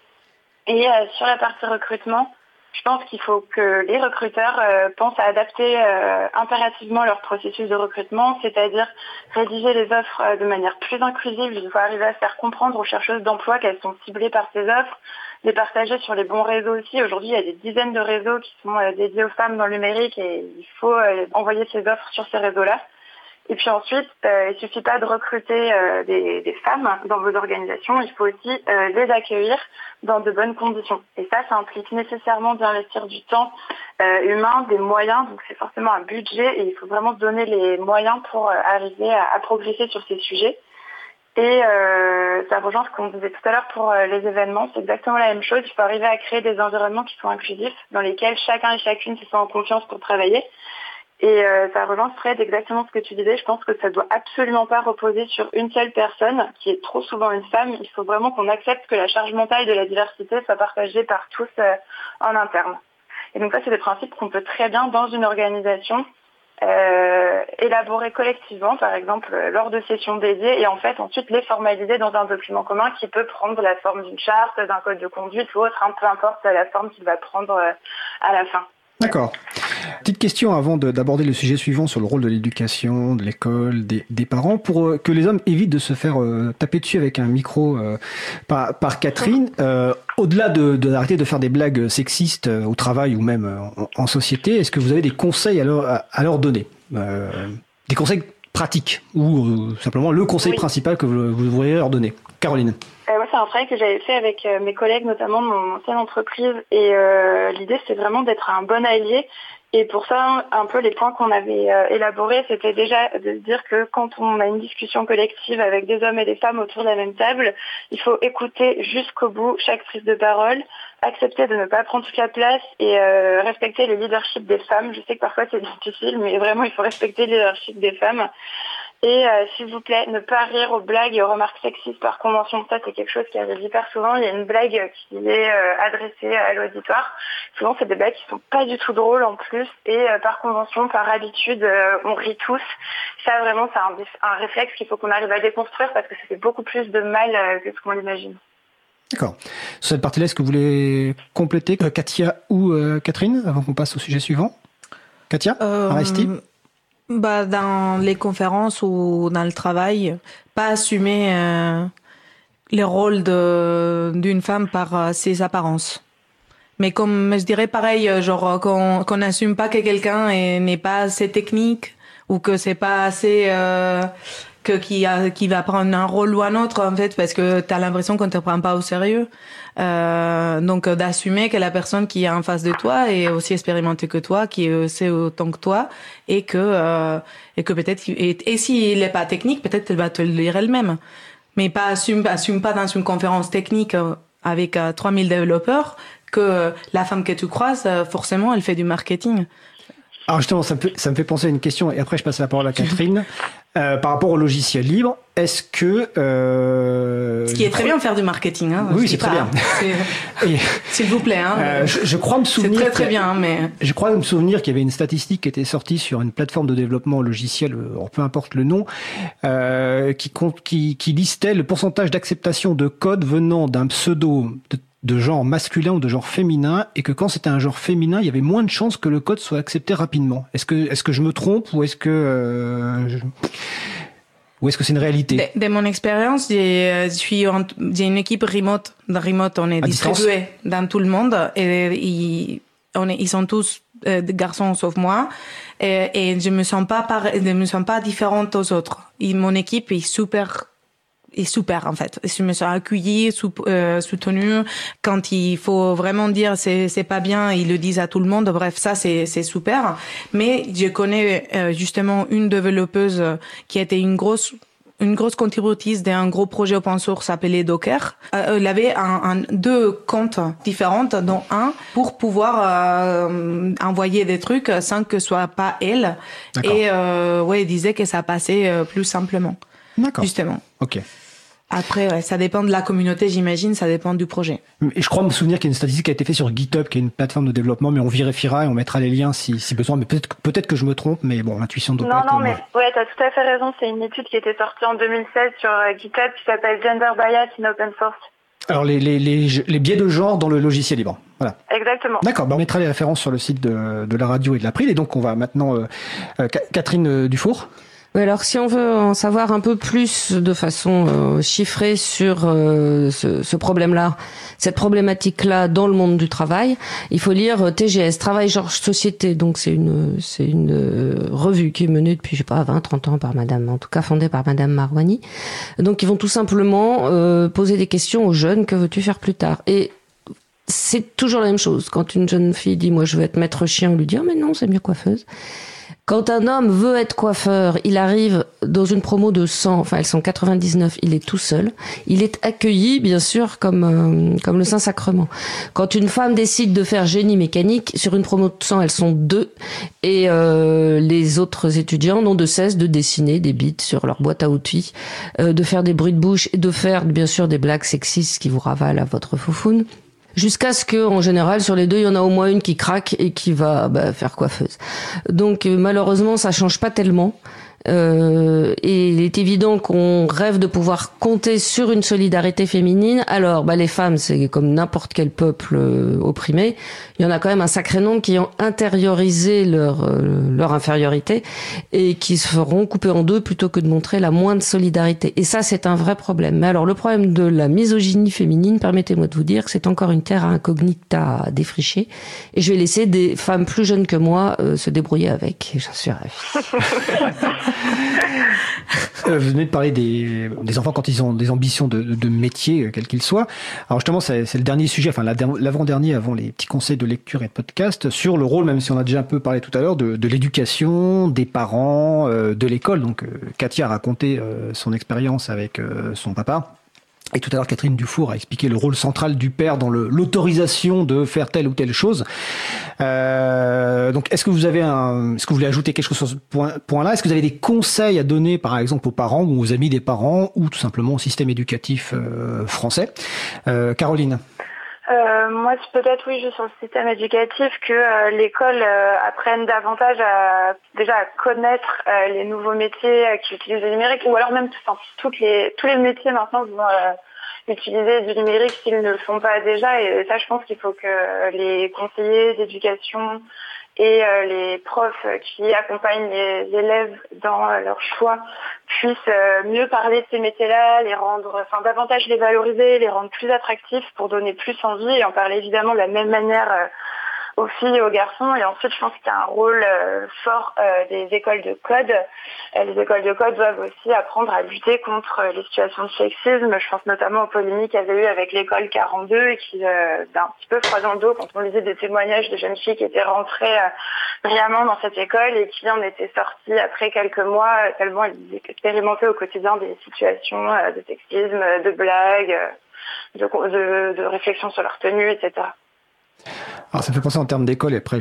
G: Et euh, sur la partie recrutement, je pense qu'il faut que les recruteurs euh, pensent à adapter euh, impérativement leur processus de recrutement, c'est-à-dire rédiger les offres euh, de manière plus inclusive. Il faut arriver à faire comprendre aux chercheuses d'emploi qu'elles sont ciblées par ces offres, les partager sur les bons réseaux aussi. Aujourd'hui, il y a des dizaines de réseaux qui sont euh, dédiés aux femmes dans le numérique et il faut euh, envoyer ces offres sur ces réseaux-là. Et puis ensuite, euh, il suffit pas de recruter euh, des, des femmes dans vos organisations, il faut aussi euh, les accueillir dans de bonnes conditions. Et ça, ça implique nécessairement d'investir du temps euh, humain, des moyens, donc c'est forcément un budget et il faut vraiment se donner les moyens pour euh, arriver à, à progresser sur ces sujets. Et euh, ça rejoint ce qu'on disait tout à l'heure pour euh, les événements, c'est exactement la même chose, il faut arriver à créer des environnements qui sont inclusifs, dans lesquels chacun et chacune se sent en confiance pour travailler. Et euh, ça rejoint Fred exactement ce que tu disais. Je pense que ça doit absolument pas reposer sur une seule personne, qui est trop souvent une femme. Il faut vraiment qu'on accepte que la charge mentale de la diversité soit partagée par tous euh, en interne. Et donc ça, c'est des principes qu'on peut très bien, dans une organisation, euh, élaborer collectivement, par exemple, lors de sessions dédiées, et en fait, ensuite les formaliser dans un document commun qui peut prendre la forme d'une charte, d'un code de conduite ou autre, hein, peu importe la forme qu'il va prendre euh, à la fin.
A: D'accord. Petite question avant de, d'aborder le sujet suivant sur le rôle de l'éducation, de l'école, des, des parents, pour euh, que les hommes évitent de se faire euh, taper dessus avec un micro euh, par, par Catherine. Euh, au-delà de, de d'arrêter de faire des blagues sexistes euh, au travail ou même euh, en, en société, est-ce que vous avez des conseils à leur, à, à leur donner, euh, des conseils pratiques ou euh, simplement le conseil oui. principal que vous, vous voudriez leur donner? Caroline.
G: Euh, moi, c'est un travail que j'avais fait avec euh, mes collègues, notamment de mon ancienne entreprise. Et euh, l'idée, c'est vraiment d'être un bon allié. Et pour ça, un peu les points qu'on avait euh, élaborés, c'était déjà de se dire que quand on a une discussion collective avec des hommes et des femmes autour de la même table, il faut écouter jusqu'au bout chaque prise de parole, accepter de ne pas prendre toute la place et euh, respecter le leadership des femmes. Je sais que parfois c'est difficile, mais vraiment, il faut respecter le leadership des femmes. Et euh, s'il vous plaît, ne pas rire aux blagues et aux remarques sexistes par convention. Ça, c'est quelque chose qui arrive hyper souvent. Il y a une blague qui est euh, adressée à l'auditoire. Souvent, c'est des blagues qui sont pas du tout drôles en plus. Et euh, par convention, par habitude, euh, on rit tous. Ça, vraiment, c'est un, un réflexe qu'il faut qu'on arrive à déconstruire parce que ça fait beaucoup plus de mal euh, que ce qu'on l'imagine.
A: D'accord. Sur cette partie-là, est-ce que vous voulez compléter, euh, Katia ou euh, Catherine, avant qu'on passe au sujet suivant? Katia,
F: euh...
A: Aresti?
F: Bah, dans les conférences ou dans le travail, pas assumer euh, le rôle de, d'une femme par euh, ses apparences. Mais comme je dirais pareil, genre qu'on qu'on n'assume pas que quelqu'un est, n'est pas assez technique ou que c'est pas assez euh, que qui a qui va prendre un rôle ou un autre en fait parce que t'as l'impression qu'on te prend pas au sérieux. Euh, donc d'assumer que la personne qui est en face de toi est aussi expérimentée que toi, qui sait autant que toi, et que euh, et que peut-être et, et s'il est pas technique, peut-être elle va te le dire elle-même, mais pas assume assume pas dans une conférence technique avec euh, trois mille développeurs que euh, la femme que tu croises euh, forcément elle fait du marketing.
A: Alors justement, ça me, fait, ça me fait penser à une question, et après je passe la parole à Catherine. Euh, par rapport au logiciel libre, est-ce que... Euh,
F: Ce qui est très bien de faire du marketing. Hein,
A: oui, c'est très
F: pas,
A: bien.
F: C'est... S'il vous plaît. Hein,
A: euh, je, je crois me souvenir...
F: C'est très très bien, mais...
A: Je crois me souvenir qu'il y avait une statistique qui était sortie sur une plateforme de développement logiciel, peu importe le nom, euh, qui, compte, qui, qui listait le pourcentage d'acceptation de code venant d'un pseudo de, de genre masculin ou de genre féminin, et que quand c'était un genre féminin, il y avait moins de chances que le code soit accepté rapidement. Est-ce que, est-ce que je me trompe ou est-ce que... Euh, je... Ou est-ce que c'est une réalité?
F: De, de mon expérience, j'ai, je suis en, j'ai une équipe remote. Dans remote, on est à distribué distance dans tout le monde et ils, on est, ils sont tous euh, des garçons sauf moi. Et, et je me sens pas pareil, je me sens pas différente aux autres. Et mon équipe est super, est super en fait. Je me sens accueillie, sou, euh, soutenue. Quand il faut vraiment dire c'est c'est pas bien, ils le disent à tout le monde. Bref, ça c'est c'est super. Mais je connais euh, justement une développeuse qui a été une grosse une grosse contributrice d'un gros projet open source appelé Docker. Euh, elle avait un, un deux comptes différents, dont un pour pouvoir euh, envoyer des trucs sans que ce soit pas elle. D'accord. Et euh, ouais, elle disait que ça passait euh, plus simplement.
A: D'accord.
F: Justement.
A: Ok.
F: Après, ouais, ça dépend de la communauté, j'imagine, ça dépend du projet.
A: Et je crois me souvenir qu'il y a une statistique qui a été faite sur GitHub, qui est une plateforme de développement, mais on vérifiera et on mettra les liens si, si besoin. Mais peut-être, peut-être que je me trompe, mais bon, l'intuition doit
G: non,
A: pas être...
G: Non, non, mais ouais, t'as tout à fait raison. C'est une étude qui était sortie en deux mille seize sur euh, GitHub qui s'appelle Gender Bias in Open Source. Alors,
A: les, les, les, les biais de genre dans le logiciel libre. Voilà.
G: Exactement.
A: D'accord, bah on mettra les références sur le site de, de la radio et de l'April. Et donc, on va maintenant... Euh, euh, Catherine euh, Dufour.
H: Oui, alors si on veut en savoir un peu plus de façon euh, chiffrée sur euh, ce, ce problème-là, cette problématique-là dans le monde du travail, il faut lire T G S, Travail Genre Société. Donc c'est une c'est une euh, revue qui est menée depuis je sais pas vingt trente ans par madame, en tout cas fondée par madame Marouani. Donc ils vont tout simplement euh, poser des questions aux jeunes, que veux-tu faire plus tard? Et c'est toujours la même chose. Quand une jeune fille dit moi je veux être maître chien, on lui dit oh, mais non, c'est mieux coiffeuse. Quand un homme veut être coiffeur, il arrive dans une promo de cent, enfin elles sont quatre-vingt-dix-neuf, il est tout seul. Il est accueilli, bien sûr, comme euh, comme le Saint-Sacrement. Quand une femme décide de faire génie mécanique, sur une promo de cent, elles sont deux. Et euh, les autres étudiants n'ont de cesse de dessiner des bites sur leur boîte à outils, euh, de faire des bruits de bouche et de faire, bien sûr, des blagues sexistes qui vous ravalent à votre foufoune. Jusqu'à ce que, en général, sur les deux, il y en a au moins une qui craque et qui va bah, faire coiffeuse. Donc, euh, malheureusement, ça change pas tellement. Euh, et il est évident qu'on rêve de pouvoir compter sur une solidarité féminine. Alors, bah, les femmes, c'est comme n'importe quel peuple euh, opprimé. Il y en a quand même un sacré nombre qui ont intériorisé leur euh, leur infériorité et qui se feront couper en deux plutôt que de montrer la moindre solidarité. Et ça, c'est un vrai problème. Mais alors, le problème de la misogynie féminine, permettez-moi de vous dire que c'est encore une terre incognita à défricher. Et je vais laisser des femmes plus jeunes que moi euh, se débrouiller avec. J'en suis ravie.
A: Euh, vous venez de parler des, des enfants quand ils ont des ambitions de, de, de métier, quel qu'il soit. Alors justement, c'est, c'est le dernier sujet, enfin l'avant-dernier avant les petits conseils de lecture et de podcast, sur le rôle, même si on a déjà un peu parlé tout à l'heure, de, de l'éducation, des parents, euh, de l'école. Donc euh, Katia a raconté euh, son expérience avec euh, son papa. Et tout à l'heure, Catherine Dufour a expliqué le rôle central du père dans le, l'autorisation de faire telle ou telle chose. Euh, donc, est-ce que vous avez un, est-ce que vous voulez ajouter quelque chose sur ce point, point-là? Est-ce que vous avez des conseils à donner, par exemple, aux parents ou aux amis des parents, ou tout simplement au système éducatif euh, français? euh, Caroline.
G: Euh, moi, peut-être oui, juste sur le système éducatif, que euh, l'école euh, apprenne davantage à déjà à connaître euh, les nouveaux métiers euh, qui utilisent le numérique, ou alors même enfin, toutes les tous les métiers maintenant vont euh, utiliser du numérique s'ils ne le font pas déjà. Et ça, je pense qu'il faut que les conseillers d'éducation et euh, les profs qui accompagnent les élèves dans euh, leur choix puissent euh, mieux parler de ces métiers-là, les rendre, enfin davantage les valoriser, les rendre plus attractifs pour donner plus envie et en parler évidemment de la même manière euh, aux filles et aux garçons. Et ensuite, je pense qu'il y a un rôle euh, fort euh, des écoles de code. Euh, les écoles de code doivent aussi apprendre à lutter contre euh, les situations de sexisme. Je pense notamment aux polémiques qu'il y avait eu avec l'école quarante-deux et qui euh, d'un petit peu froid dans le dos quand on lisait des témoignages de jeunes filles qui étaient rentrées euh, brillamment dans cette école et qui en étaient sorties après quelques mois euh, tellement elles expérimentaient au quotidien des situations euh, de sexisme, de blagues, euh, de, de, de réflexion sur leur tenue, et cetera.
A: Alors ça me fait penser en termes d'école, et après je vais les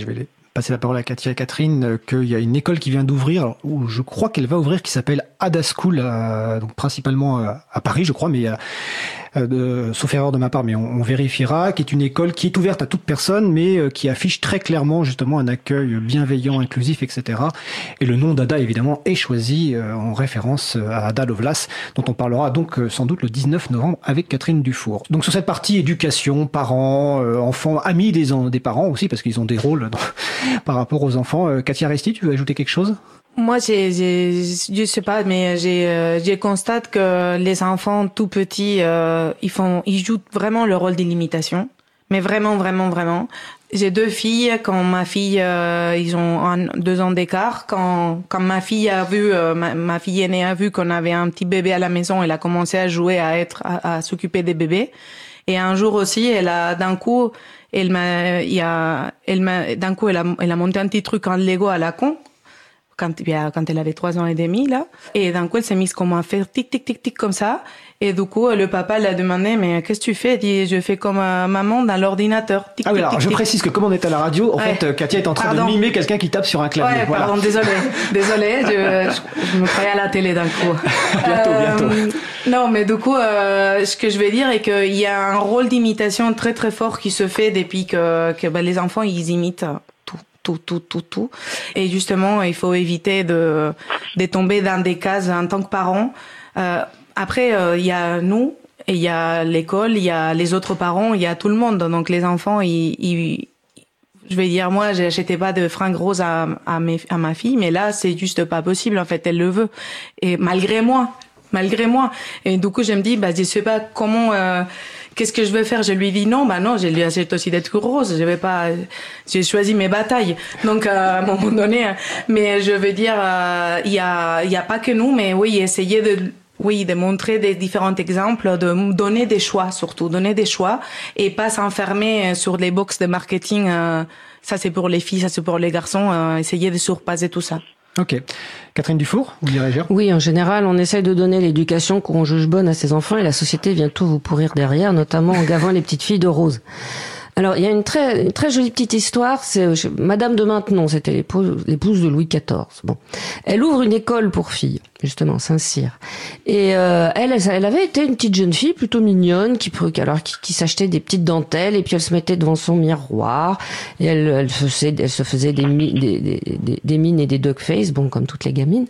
A: passer la parole à Katia et Catherine, euh, qu'il y a une école qui vient d'ouvrir, où je crois qu'elle va ouvrir, qui s'appelle Ada School, euh, donc principalement euh, à Paris, je crois, mais euh, euh, de, sauf erreur de ma part, mais on, on vérifiera, qui est une école qui est ouverte à toute personne, mais euh, qui affiche très clairement justement un accueil bienveillant, inclusif, et cetera. Et le nom d'Ada, évidemment, est choisi euh, en référence à Ada Lovelace, dont on parlera donc euh, sans doute le dix-neuf novembre avec Catherine Dufour. Donc sur cette partie éducation, parents, euh, enfants, amis des, des parents aussi, parce qu'ils ont des rôles dans, par rapport aux enfants. Euh, Katia Resti, tu veux ajouter quelque chose ?
F: Moi, j'ai, j'ai, je sais pas, mais j'ai, euh, j'ai constate que les enfants tout petits, euh, ils font, ils jouent vraiment le rôle d'imitation. Mais vraiment, vraiment, vraiment. J'ai deux filles. Quand ma fille, euh, ils ont un, deux ans d'écart. Quand, quand ma fille a vu, euh, ma, ma fille aînée a vu qu'on avait un petit bébé à la maison, elle a commencé à jouer, à être, à, à s'occuper des bébés. Et un jour aussi, elle a, d'un coup, elle m'a, il y a, elle m'a, d'un coup, elle a, elle a monté un petit truc en Lego à la con. Quand, quand elle avait trois ans et demi, là. Et d'un coup, elle s'est mise comme à faire tic, tic, tic, tic, comme ça. Et du coup, le papa l'a demandé, mais qu'est-ce que tu fais? Elle dit, je fais comme euh, maman dans l'ordinateur. Tic,
A: ah oui,
F: tic,
A: alors
F: tic,
A: je
F: tic.
A: précise que comme on est à la radio, en
F: ouais.
A: fait, Katia est en train
F: pardon.
A: de mimer quelqu'un qui tape sur un clavier.
F: Ouais,
A: voilà.
F: pardon, désolé. Désolé, je, je, je me croyais à la télé d'un coup.
A: bientôt,
F: euh,
A: bientôt.
F: Non, mais du coup, euh, ce que je vais dire est qu'il y a un rôle d'imitation très très fort qui se fait depuis que, que bah, les enfants, ils imitent tout. tout, tout, tout, tout. Et justement, il faut éviter de, de tomber dans des cases en tant que parent. Euh, après, euh, il y a nous, et il y a l'école, il y a les autres parents, il y a tout le monde. Donc les enfants, ils, ils je vais dire, moi, j'achetais pas de fringues roses à, à, mes, à ma fille, mais là, c'est juste pas possible. En fait, elle le veut. Et malgré moi, malgré moi. Et du coup, je me dis, bah, je sais pas comment, euh, qu'est-ce que je vais faire? Je lui dis non, bah non, je lui achète aussi des trucs roses. Je vais pas, j'ai choisi mes batailles. Donc, euh, à un moment donné, mais je veux dire, euh, il y a, il y a pas que nous, mais oui, essayer de, oui, de montrer des différents exemples, de donner des choix surtout, donner des choix et pas s'enfermer sur les box de marketing. Euh, ça c'est pour les filles, ça c'est pour les garçons. Euh, essayer de surpasser tout ça.
A: Ok. Catherine Dufour, vous direz réagir?
H: Oui, en général, on essaye de donner l'éducation qu'on juge bonne à ses enfants et la société vient tout vous pourrir derrière, notamment en gavant les petites filles de rose. Alors, il y a une très, une très jolie petite histoire, c'est euh, Madame de Maintenon, c'était l'épouse, l'épouse de Louis quatorze. Bon. Elle ouvre une école pour filles, justement, Saint-Cyr. Et euh, elle, elle avait été une petite jeune fille plutôt mignonne, qui, alors, qui, qui s'achetait des petites dentelles, et puis elle se mettait devant son miroir, et elle, elle, faisait, elle se faisait des, des, des, des, des mines et des duck face, bon, comme toutes les gamines.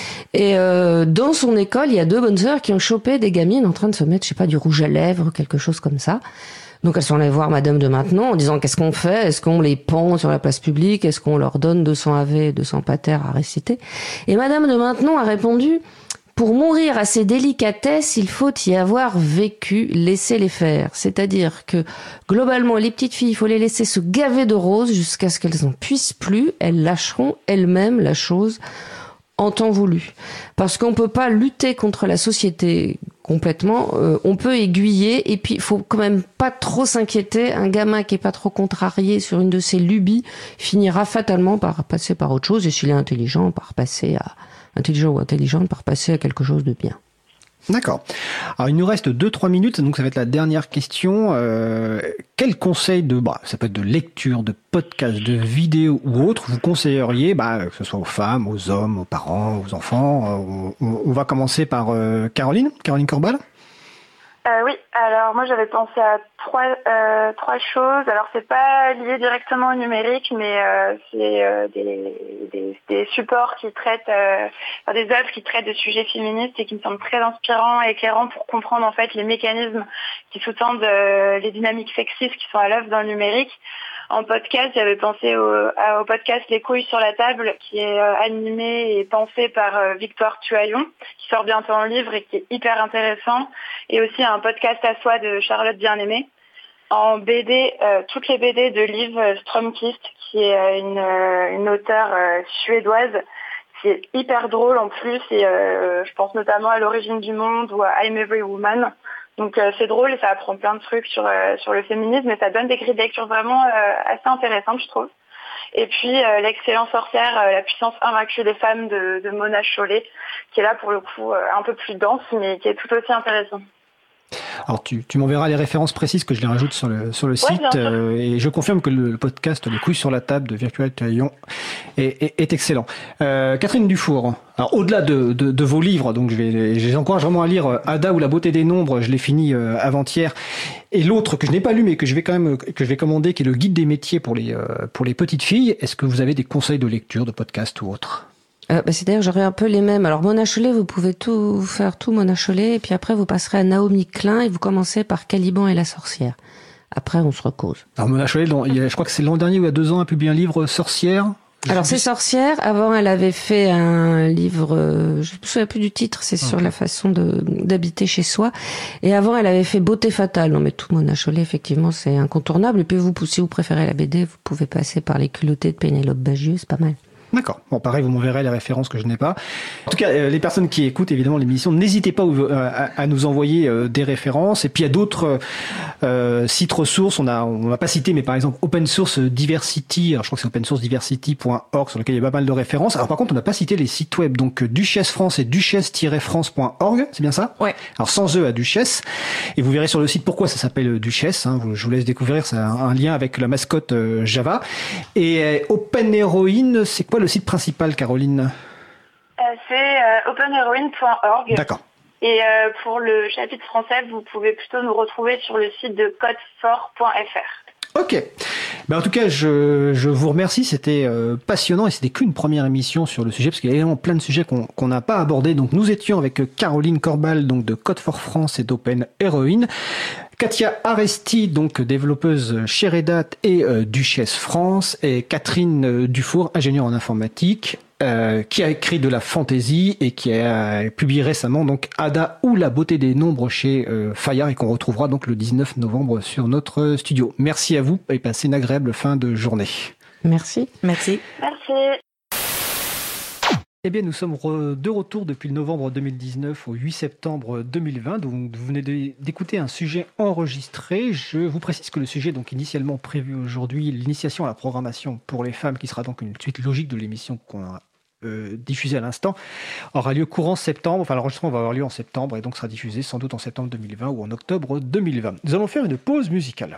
H: Et euh, dans son école, il y a deux bonnes sœurs qui ont chopé des gamines en train de se mettre, je sais pas, du rouge à lèvres, quelque chose comme ça. Donc elles sont allées voir Madame de Maintenon en disant qu'est-ce qu'on fait? Est-ce qu'on les pend sur la place publique? Est-ce qu'on leur donne deux cents ave, deux cents pater à réciter? Et Madame de Maintenon a répondu: pour mourir à ces délicatesses, il faut y avoir vécu, laisser les faire. C'est-à-dire que, globalement, les petites filles, il faut les laisser se gaver de roses jusqu'à ce qu'elles n'en puissent plus. Elles lâcheront elles-mêmes la chose en temps voulu. Parce qu'on peut pas lutter contre la société complètement, euh, on peut aiguiller, et puis il faut quand même pas trop s'inquiéter. Un gamin qui est pas trop contrarié sur une de ses lubies finira fatalement par passer par autre chose, et s'il est intelligent, par passer à intelligent ou intelligente, par passer à quelque chose de bien.
A: D'accord. Alors il nous reste deux trois minutes, donc ça va être la dernière question. Euh, quel conseil de, bah, ça peut être de lecture, de podcast, de vidéo ou autre, vous conseilleriez, bah, que ce soit aux femmes, aux hommes, aux parents, aux enfants? On, on, on va commencer par euh, Caroline, Caroline Corbal.
G: Euh, oui, alors moi j'avais pensé à trois euh, trois choses. Alors c'est pas lié directement au numérique, mais euh, c'est euh, des, des des supports qui traitent, euh, enfin, des œuvres qui traitent de sujets féministes et qui me semblent très inspirants et éclairants pour comprendre en fait les mécanismes qui sous-tendent euh, les dynamiques sexistes qui sont à l'œuvre dans le numérique. En podcast, j'avais pensé au, au podcast Les couilles sur la table, qui est euh, animé et pensé par euh, Victoire Tuaillon, qui sort bientôt en livre et qui est hyper intéressant. Et aussi un podcast à soi de Charlotte Bien-Aimée. En B D, euh, toutes les B D de Liv Strömquist, qui est euh, une, euh, une auteure euh, suédoise, qui est hyper drôle en plus. Et euh, je pense notamment à L'origine du monde ou à I'm Every Woman. Donc euh, c'est drôle et ça apprend plein de trucs sur euh, sur le féminisme, et ça donne des grilles de lecture vraiment euh, assez intéressantes, je trouve. Et puis euh, L'excellente sorcière, euh, la puissance invaincue des femmes de, de Mona Chollet, qui est là pour le coup euh, un peu plus dense, mais qui est tout aussi intéressant.
A: Alors tu, tu m'enverras les références précises que je les rajoute sur le, sur le
G: Ouais,
A: site
G: bien sûr.
A: euh, et je confirme que le, le podcast Les couilles sur la table de Virtual Taillon est, est, est excellent. Euh, Catherine Dufour, alors au-delà de, de, de vos livres, donc je, vais, je les encourage vraiment à lire euh, Ada ou la beauté des nombres, je l'ai fini euh, avant-hier, et l'autre que je n'ai pas lu mais que je vais quand même que je vais commander, qui est le guide des métiers pour les, euh, pour les petites filles. Est-ce que vous avez des conseils de lecture, de podcast ou autre?
H: Euh, bah, c'est-à-dire j'aurais un peu les mêmes. Alors Mona Chollet, vous pouvez tout faire tout Mona Chollet, et puis après vous passerez à Naomi Klein et vous commencez par Caliban et la sorcière. Après on se recose.
A: Alors Mona Chollet, il y a, je crois que c'est l'an dernier ou il y a deux ans, a publié un livre Sorcière.
H: Alors c'est Sorcière. Avant elle avait fait un livre, euh, je me souviens plus du titre, c'est sur
A: Okay.
H: la façon de d'habiter chez soi. Et avant elle avait fait Beauté fatale. Non mais tout Mona Chollet effectivement c'est incontournable. Et puis vous, si vous préférez la B D, vous pouvez passer par Les culottés de Pénélope Bagieux, c'est pas mal.
A: D'accord. Bon, pareil, vous m'enverrez les références que je n'ai pas. En tout cas, euh, les personnes qui écoutent évidemment l'émission, n'hésitez pas euh, à, à nous envoyer euh, des références. Et puis il y a d'autres euh, sites ressources. On a, on va pas citer, mais par exemple Open Source Diversity. Alors je crois que c'est open source diversity point org sur lequel il y a pas mal de références. Alors par contre, on n'a pas cité les sites web. Donc euh, Duchesse France et duchesse tiret france point org, c'est bien ça?
F: Ouais.
A: Alors sans eux à Duchesse. Et vous verrez sur le site pourquoi ça s'appelle Duchesse. Hein. Je vous laisse découvrir. Ça a un lien avec la mascotte euh, Java. Et euh, Open Heroine, c'est quoi le site principal, Caroline?
G: Euh, c'est euh, open heroine point org.
A: D'accord.
G: Et euh, pour le chapitre français, vous pouvez plutôt nous retrouver sur le site de code fort point f r.
A: Ok. Ben en tout cas, je, je vous remercie. C'était euh, passionnant et c'était qu'une première émission sur le sujet parce qu'il y a évidemment plein de sujets qu'on qu'on n'a pas abordés. Donc nous étions avec Caroline Corbal, donc de Code for France et d'Open Heroine. Katia Aresti, donc développeuse chez Red Hat et euh, Duchesse France, et Catherine euh, Dufour, ingénieure en informatique, euh, qui a écrit de la fantasy et qui a publié récemment donc Ada ou la beauté des nombres chez euh, Fayard et qu'on retrouvera donc le dix-neuf novembre sur notre studio. Merci à vous et passez une agréable fin de journée.
H: Merci.
F: Merci.
G: Merci.
A: Eh bien, nous sommes re- de retour depuis le novembre deux mille dix-neuf au huit septembre deux mille vingt. Donc, vous venez de- d'écouter un sujet enregistré. Je vous précise que le sujet, donc initialement prévu aujourd'hui, l'initiation à la programmation pour les femmes, qui sera donc une suite logique de l'émission qu'on a euh, diffusée à l'instant, aura lieu courant septembre. Enfin, l'enregistrement va avoir lieu en septembre et donc sera diffusé sans doute en septembre deux mille vingt ou en octobre deux mille vingt. Nous allons faire une pause musicale.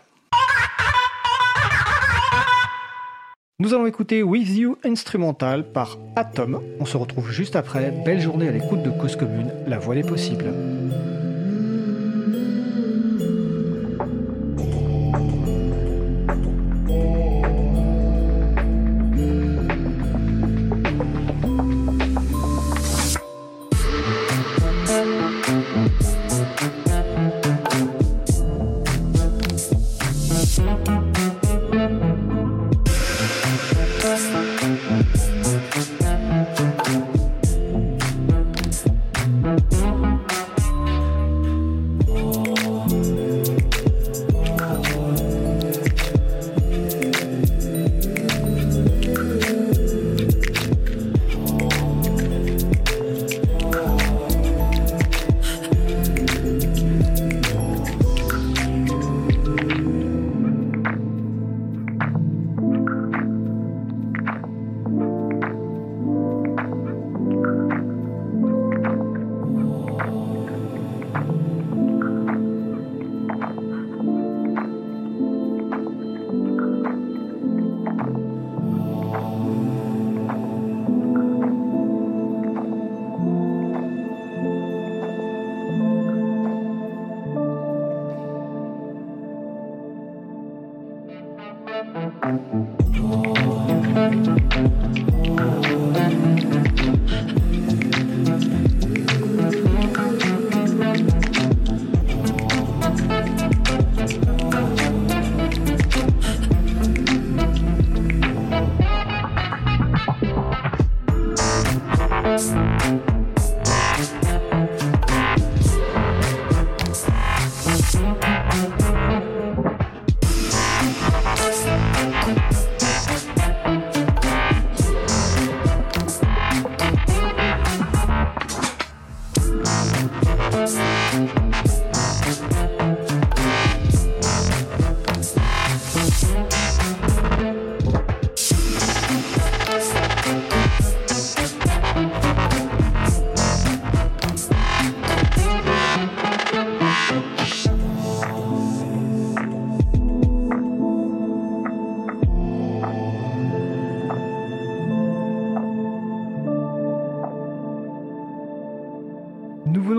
A: Nous allons écouter With You Instrumental par Atom. On se retrouve juste après. Belle journée à l'écoute de Cause Commune, la voix des possibles.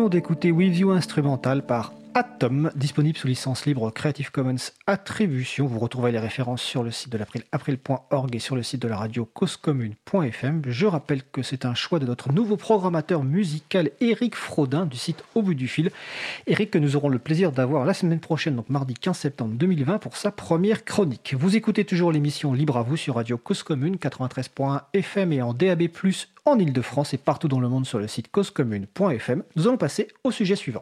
A: venons d'écouter With You instrumental par Atom, disponible sous licence libre Creative Commons Attribution. Vous retrouvez les références sur le site de l'April, april point org et sur le site de la radio cause commune point f m. Je rappelle que c'est un choix de notre nouveau programmateur musical Éric Frodin du site Au bout du fil. Éric que nous aurons le plaisir d'avoir la semaine prochaine, donc mardi quinze septembre deux mille vingt pour sa première chronique. Vous écoutez toujours l'émission Libre à vous sur Radio Cause Commune quatre-vingt-treize point un F M et en D A B plus, en Ile-de-France et partout dans le monde sur le site cause commune point f m. Nous allons passer au sujet suivant.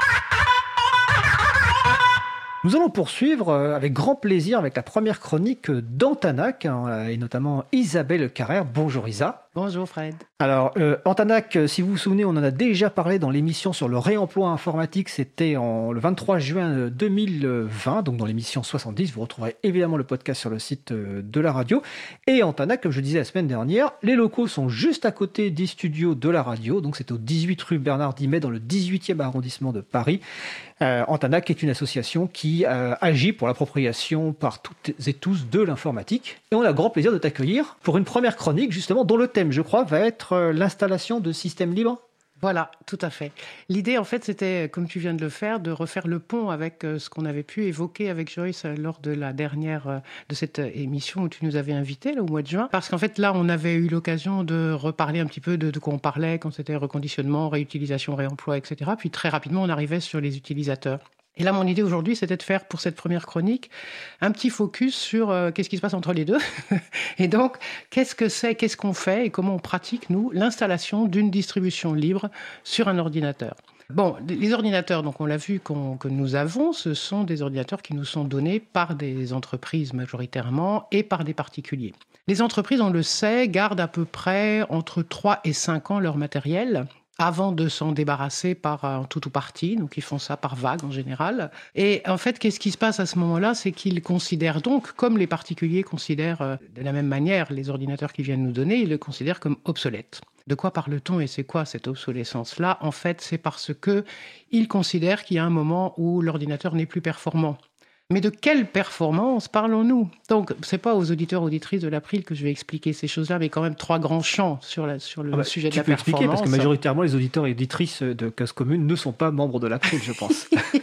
A: Nous allons poursuivre avec grand plaisir avec la première chronique d'Antanac, hein, et notamment Isabelle Carrère. Bonjour Isa.
K: Bonjour Fred.
A: Alors, euh, Antanac, si vous vous souvenez, on en a déjà parlé dans l'émission sur le réemploi informatique, c'était en, le vingt-trois juin deux mille vingt, donc dans l'émission soixante-dix, vous retrouverez évidemment le podcast sur le site de la radio. Et Antanac, comme je disais la semaine dernière, les locaux sont juste à côté des studios de la radio, donc c'est au dix-huit rue Bernard Dimet dans le dix-huitième arrondissement de Paris. Euh, Antanac est une association qui euh, agit pour l'appropriation par toutes et tous de l'informatique. Et on a grand plaisir de t'accueillir pour une première chronique, justement, dont le thème, je crois, va être euh, l'installation de systèmes libres.
K: Voilà, tout à fait. L'idée, en fait, c'était, comme tu viens de le faire, de refaire le pont avec euh, ce qu'on avait pu évoquer avec Joyce euh, lors de la dernière, euh, de cette euh, émission où tu nous avais invités, là, au mois de juin. Parce qu'en fait, là, on avait eu l'occasion de reparler un petit peu de, de quoi on parlait quand c'était reconditionnement, réutilisation, réemploi, et cetera. Puis très rapidement, on arrivait sur les utilisateurs. Et là, mon idée aujourd'hui, c'était de faire, pour cette première chronique, un petit focus sur euh, qu'est-ce qui se passe entre les deux. Et donc, qu'est-ce que c'est, qu'est-ce qu'on fait et comment on pratique, nous, l'installation d'une distribution libre sur un ordinateur. Bon, les ordinateurs, donc on l'a vu qu'on, que nous avons, ce sont des ordinateurs qui nous sont donnés par des entreprises majoritairement et par des particuliers. Les entreprises, on le sait, gardent à peu près entre trois et cinq ans leur matériel avant de s'en débarrasser par en tout ou partie. Donc, ils font ça par vague en général. Et en fait, qu'est-ce qui se passe à ce moment-là? C'est qu'ils considèrent donc, comme les particuliers considèrent euh, de la même manière les ordinateurs qu'ils viennent nous donner, ils le considèrent comme obsolètes. De quoi parle-t-on et c'est quoi cette obsolescence-là? En fait, c'est parce qu'ils considèrent qu'il y a un moment où l'ordinateur n'est plus performant. Mais de quelle performance parlons-nous? Donc, c'est pas aux auditeurs, auditrices de l'April que je vais expliquer ces choses-là, mais quand même trois grands champs sur, la, sur le ah bah, sujet de la performance. Tu peux expliquer,
A: parce que majoritairement, les auditeurs et auditrices de Cause Commune ne sont pas membres de l'April, je pense.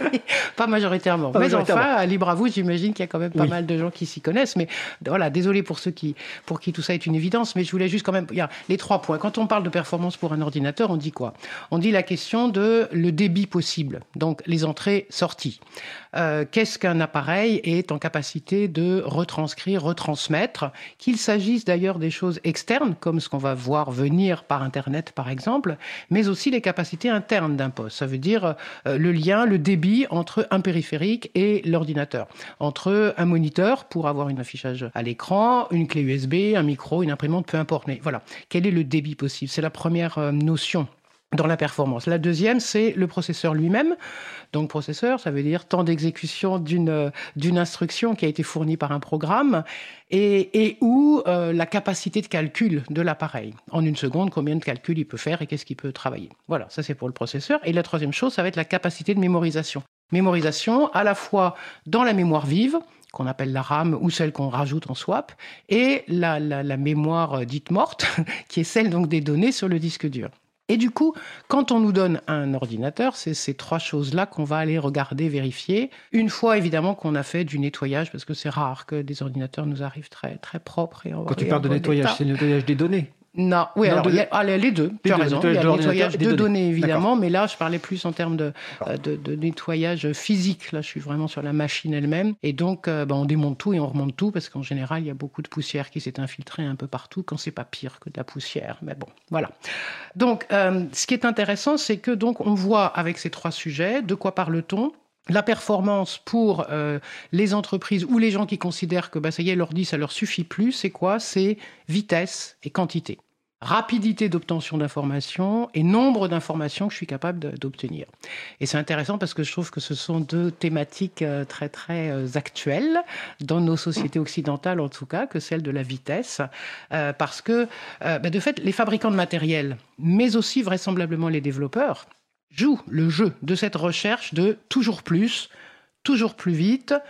K: Pas majoritairement. Pas mais majoritairement. Enfin, libre à vous, j'imagine qu'il y a quand même pas oui. mal de gens qui s'y connaissent. Mais voilà, désolé pour ceux qui, pour qui tout ça est une évidence, mais je voulais juste quand même... Il y a les trois points. Quand on parle de performance pour un ordinateur, on dit quoi? On dit la question de le débit possible, donc les entrées-sorties. Euh, qu'est-ce qu'un appareil est en capacité de retranscrire, retransmettre, qu'il s'agisse d'ailleurs des choses externes, comme ce qu'on va voir venir par Internet par exemple, mais aussi les capacités internes d'un poste. Ça veut dire euh, le lien, le débit entre un périphérique et l'ordinateur, entre un moniteur pour avoir un affichage à l'écran, une clé U S B, un micro, une imprimante, peu importe. Mais voilà, quel est le débit possible? C'est la première euh, notion dans la performance. La deuxième, c'est le processeur lui-même. Donc, processeur, ça veut dire temps d'exécution d'une, d'une instruction qui a été fournie par un programme et, et ou euh, la capacité de calcul de l'appareil. En une seconde, combien de calculs il peut faire et qu'est-ce qu'il peut travailler. Voilà, ça c'est pour le processeur. Et la troisième chose, ça va être la capacité de mémorisation. Mémorisation à la fois dans la mémoire vive, qu'on appelle la RAM ou celle qu'on rajoute en swap, et la, la, la mémoire dite morte, qui est celle donc des données sur le disque dur. Et du coup, quand on nous donne un ordinateur, c'est ces trois choses-là qu'on va aller regarder, vérifier. Une fois, évidemment, qu'on a fait du nettoyage, parce que c'est rare que des ordinateurs nous arrivent très, très propres. Et en,
A: quand tu
K: et
A: parles de nettoyage, état. C'est le nettoyage des données?
K: Non, oui, non, alors, de... il y a, ah, les deux, tu as raison. Il y a le nettoyage de données, données évidemment, D'accord. mais là, je parlais plus en termes de, de, de nettoyage physique. Là, je suis vraiment sur la machine elle-même. Et donc, euh, ben, on démonte tout et on remonte tout, parce qu'en général, il y a beaucoup de poussière qui s'est infiltrée un peu partout, quand c'est pas pire que de la poussière. Mais bon, voilà. Donc, euh, ce qui est intéressant, c'est que donc on voit avec ces trois sujets, de quoi parle-t-on? La performance pour euh, les entreprises ou les gens qui considèrent que bah, ça y est, l'ordi, ça leur suffit plus, c'est quoi? C'est vitesse et quantité. Rapidité d'obtention d'informations et nombre d'informations que je suis capable de, d'obtenir. Et c'est intéressant parce que je trouve que ce sont deux thématiques euh, très, très euh, actuelles dans nos sociétés occidentales, en tout cas, que celle de la vitesse. Euh, parce que, euh, bah, de fait, les fabricants de matériel, mais aussi vraisemblablement les développeurs, jouent le jeu de cette recherche de toujours plus, toujours plus vite,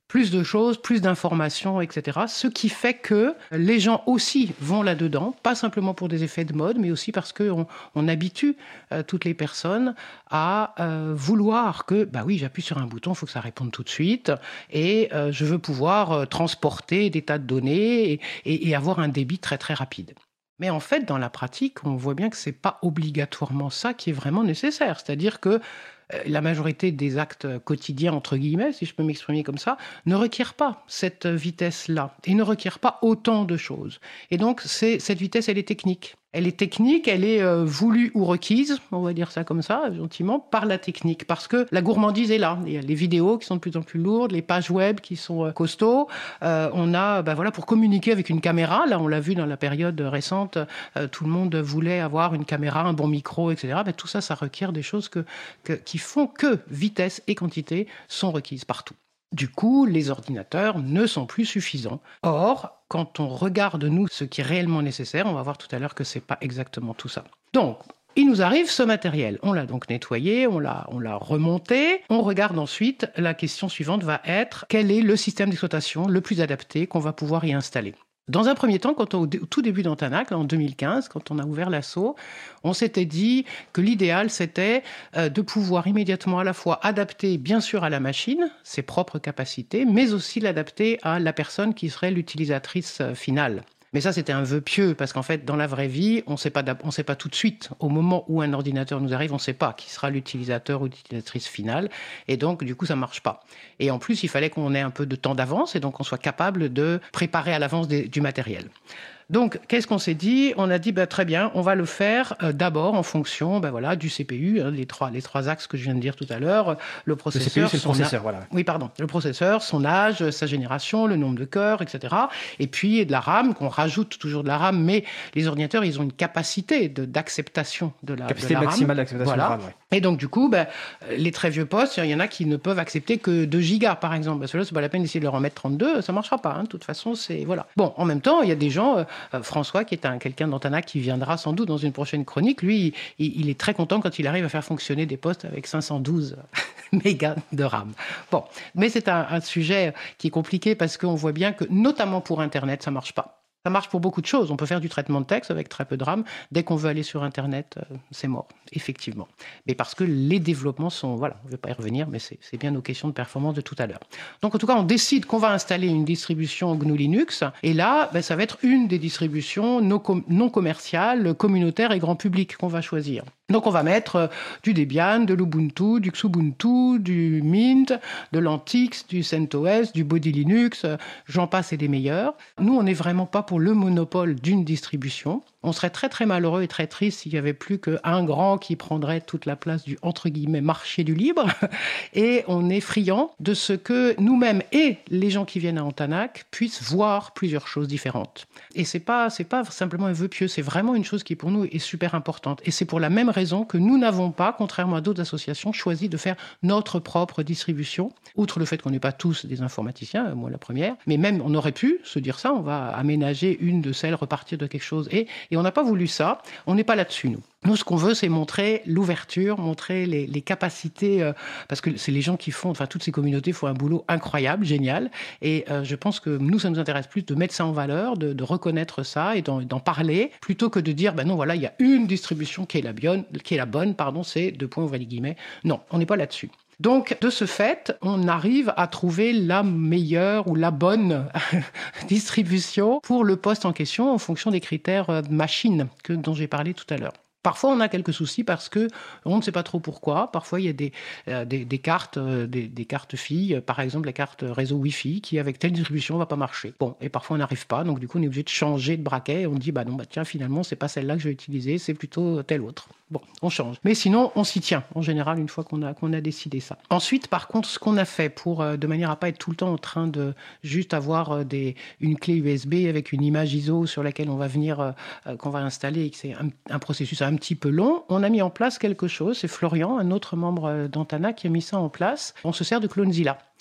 K: plus de choses, plus d'informations, et cetera. Ce qui fait que les gens aussi vont là-dedans, pas simplement pour des effets de mode, mais aussi parce qu'on on habitue euh, toutes les personnes à euh, vouloir que, bah oui, j'appuie sur un bouton, il faut que ça réponde tout de suite, et euh, je veux pouvoir euh, transporter des tas de données et, et, et avoir un débit très très rapide. Mais en fait, dans la pratique, on voit bien que c'est pas obligatoirement ça qui est vraiment nécessaire. C'est-à-dire que la majorité des actes quotidiens, entre guillemets, si je peux m'exprimer comme ça, ne requièrent pas cette vitesse-là et ne requièrent pas autant de choses. Et donc, c'est, cette vitesse, elle est technique. Elle est technique, elle est euh, voulue ou requise, on va dire ça comme ça, gentiment, par la technique. Parce que la gourmandise est là. Il y a les vidéos qui sont de plus en plus lourdes, les pages web qui sont euh, costauds. Euh, on a, ben voilà, pour communiquer avec une caméra, là, on l'a vu dans la période récente, euh, tout le monde voulait avoir une caméra, un bon micro, et cetera. Ben, tout ça, ça requiert des choses que, que, qui font que vitesse et quantité sont requises partout. Du coup, les ordinateurs ne sont plus suffisants. Or, quand on regarde, nous, ce qui est réellement nécessaire, on va voir tout à l'heure que ce n'est pas exactement tout ça. Donc, il nous arrive ce matériel. On l'a donc nettoyé, on l'a, on l'a remonté. On regarde ensuite, la question suivante va être, quel est le système d'exploitation le plus adapté qu'on va pouvoir y installer ? Dans un premier temps, quand on, au tout début d'Antanac, en deux mille quinze, quand on a ouvert l'assaut, on s'était dit que l'idéal, c'était euh, de pouvoir immédiatement à la fois adapter, bien sûr, à la machine, ses propres capacités, mais aussi l'adapter à la personne qui serait l'utilisatrice euh, finale. Mais ça, c'était un vœu pieux, parce qu'en fait, dans la vraie vie, on sait pas, on sait pas tout de suite. Au moment où un ordinateur nous arrive, on ne sait pas qui sera l'utilisateur ou l'utilisatrice finale. Et donc, du coup, ça ne marche pas. Et en plus, il fallait qu'on ait un peu de temps d'avance et donc qu'on soit capable de préparer à l'avance des, du matériel. Donc, qu'est-ce qu'on s'est dit ? On a dit, bah, très bien, on va le faire euh, d'abord en fonction bah, voilà, du C P U, hein, les, trois, les trois axes que je viens de dire tout à l'heure. Le processeur,
A: le C P U, c'est le processeur,
K: a...
A: voilà.
K: Oui, pardon. Le processeur, son âge, sa génération, le nombre de cœurs, et cetera. Et puis, de la RAM, qu'on rajoute toujours de la RAM, mais les ordinateurs, ils ont une capacité de, d'acceptation de la,
A: capacité
K: de la RAM.
A: maximale d'acceptation
K: voilà.
A: de RAM, ouais.
K: Et donc, du coup, bah, les très vieux postes, il y en a qui ne peuvent accepter que deux gigas, par exemple. Parce que là, c'est pas la peine d'essayer de leur en mettre trente-deux, ça marchera pas. Hein. De toute façon, c'est... Voilà. Bon, en même temps, il y a des gens, euh, François, qui est un, quelqu'un d'Antanac qui viendra sans doute dans une prochaine chronique, lui, il, il est très content quand il arrive à faire fonctionner des postes avec cinq cent douze mégas de RAM. Bon, mais c'est un, un sujet qui est compliqué parce qu'on voit bien que, notamment pour Internet, ça marche pas. Ça marche pour beaucoup de choses. On peut faire du traitement de texte avec très peu de RAM. Dès qu'on veut aller sur Internet, euh, c'est mort, effectivement. Mais parce que les développements sont... Voilà, je ne vais pas y revenir, mais c'est, c'est bien nos questions de performance de tout à l'heure. Donc, en tout cas, on décide qu'on va installer une distribution G N U Linux. Et là, ben, ça va être une des distributions non, com- non commerciales, communautaires et grand public qu'on va choisir. Donc, on va mettre euh, du Debian, de l'Ubuntu, du Xubuntu, du Mint, de l'Antix, du CentOS, du Body Linux, euh, j'en passe et des meilleurs. Nous, on n'est vraiment pas pour le monopole d'une distribution. On serait très très malheureux et très triste s'il n'y avait plus qu'un grand qui prendrait toute la place du, entre guillemets, marché du libre. Et on est friand de ce que nous-mêmes et les gens qui viennent à Antanac puissent voir plusieurs choses différentes. Et c'est pas, c'est pas simplement un vœu pieux, c'est vraiment une chose qui pour nous est super importante. Et c'est pour la même raison que nous n'avons pas, contrairement à d'autres associations, choisi de faire notre propre distribution. Outre le fait qu'on n'est pas tous des informaticiens, moi la première, mais même on aurait pu se dire ça, on va aménager une de celles, repartir de quelque chose. Et Et on n'a pas voulu ça, on n'est pas là-dessus, nous. Nous, ce qu'on veut, c'est montrer l'ouverture, montrer les, les capacités, euh, parce que c'est les gens qui font, enfin, toutes ces communautés font un boulot incroyable, génial, et euh, je pense que nous, ça nous intéresse plus de mettre ça en valeur, de, de reconnaître ça et d'en, d'en parler, plutôt que de dire, ben non, voilà, il y a une distribution qui est la, bonne, qui est la bonne, pardon, c'est deux points, ouvrir les guillemets. Non, on n'est pas là-dessus. Donc, de ce fait, on arrive à trouver la meilleure ou la bonne distribution pour le poste en question en fonction des critères machine que, dont j'ai parlé tout à l'heure. Parfois, on a quelques soucis parce que on ne sait pas trop pourquoi. Parfois, il y a des, euh, des, des cartes, euh, des, des cartes filles, par exemple la carte réseau Wi-Fi, qui avec telle distribution ne va pas marcher. Bon, et parfois on n'arrive pas, donc du coup on est obligé de changer de braquet. Et on dit bah non, bah tiens, finalement c'est pas celle-là que je vais utiliser, c'est plutôt telle autre. Bon, on change. Mais sinon, on s'y tient en général une fois qu'on a qu'on a décidé ça. Ensuite, par contre, ce qu'on a fait pour euh, de manière à pas être tout le temps en train de juste avoir euh, des une clé U S B avec une image I S O sur laquelle on va venir euh, qu'on va installer et que c'est un, un processus un petit peu long, on a mis en place quelque chose. C'est Florian, un autre membre d'Antanac, qui a mis ça en place. On se sert de Clonezilla.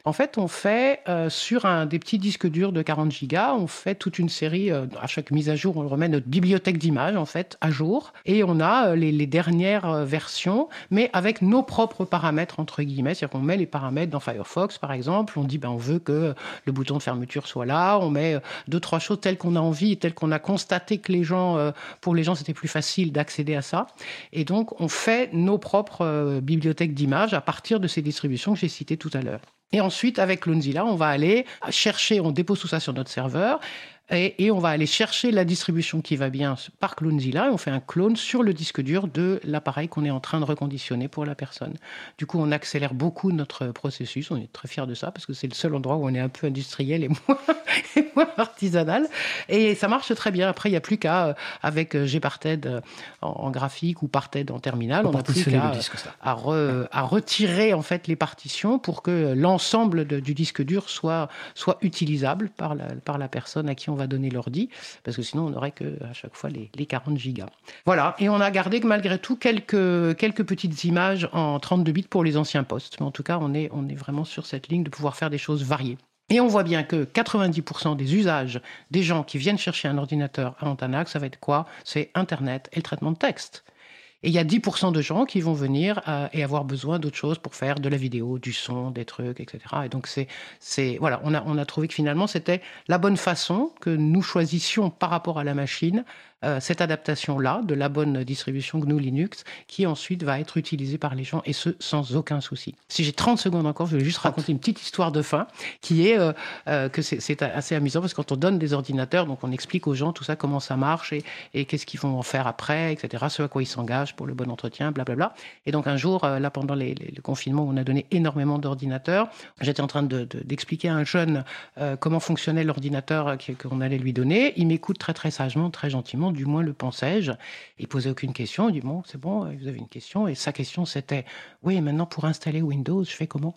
K: En fait, on fait euh, sur un des petits disques durs de quarante gigas, on fait toute une série. Euh, à chaque mise à jour, on remet notre bibliothèque d'images en fait à jour, et on a euh, les, les dernières euh, versions, mais avec nos propres paramètres entre guillemets. C'est-à-dire qu'on met les paramètres dans Firefox, par exemple. On dit ben on veut que le bouton de fermeture soit là. On met deux trois choses telles qu'on a envie et telles qu'on a constaté que les gens, euh, pour les gens, c'était plus facile d'accéder à ça. Et donc, on fait nos propres euh, bibliothèques d'images à partir de ces distributions que j'ai citées tout à l'heure. Et ensuite, avec Clonezilla, on va aller chercher, on dépose tout ça sur notre serveur, et, et on va aller chercher la distribution qui va bien par Clonezilla, et on fait un clone sur le disque dur de l'appareil qu'on est en train de reconditionner pour la personne. Du coup, on accélère beaucoup notre processus, on est très fiers de ça, parce que c'est le seul endroit où on est un peu industriel et moins, et moins artisanal, et ça marche très bien. Après, il n'y a plus qu'à, avec Gparted en, en graphique ou Parted en terminal, on n'a plus qu'à à, re, à retirer en fait les partitions pour que l'ensemble de, du disque dur soit, soit utilisable par la, par la personne à qui on va donner l'ordi, parce que sinon on n'aurait qu'à chaque fois les, les quarante gigas. Voilà, et on a gardé malgré tout quelques, quelques petites images en trente-deux bits pour les anciens postes, mais en tout cas on est, on est vraiment sur cette ligne de pouvoir faire des choses variées. Et on voit bien que quatre-vingt-dix pour cent des usages des gens qui viennent chercher un ordinateur à Antanac, ça va être quoi ? C'est Internet et le traitement de texte. Et il y a dix pour cent de gens qui vont venir euh, et avoir besoin d'autres choses pour faire de la vidéo, du son, des trucs, et cetera. Et donc, c'est, c'est, voilà, on a, on a trouvé que finalement, c'était la bonne façon que nous choisissions par rapport à la machine, euh, cette adaptation-là de la bonne distribution G N U Linux, qui ensuite va être utilisée par les gens, et ce, sans aucun souci. Si j'ai trente secondes encore, je vais juste raconter une petite histoire de fin, qui est euh, euh, que c'est, c'est assez amusant, parce que quand on donne des ordinateurs, donc on explique aux gens tout ça, comment ça marche, et, et qu'est-ce qu'ils vont en faire après, et cetera, ce à quoi ils s'engagent pour le bon entretien, blablabla. Et donc un jour, euh, là, pendant les, les, le confinement, où on a donné énormément d'ordinateurs, j'étais en train de, de, d'expliquer à un jeune euh, comment fonctionnait l'ordinateur qu'on allait lui donner. Il m'écoute très très sagement, très gentiment, du moins le pensais-je. Il posait aucune question. Il dit bon, c'est bon, vous avez une question. Et sa question c'était oui, maintenant pour installer Windows, je fais comment?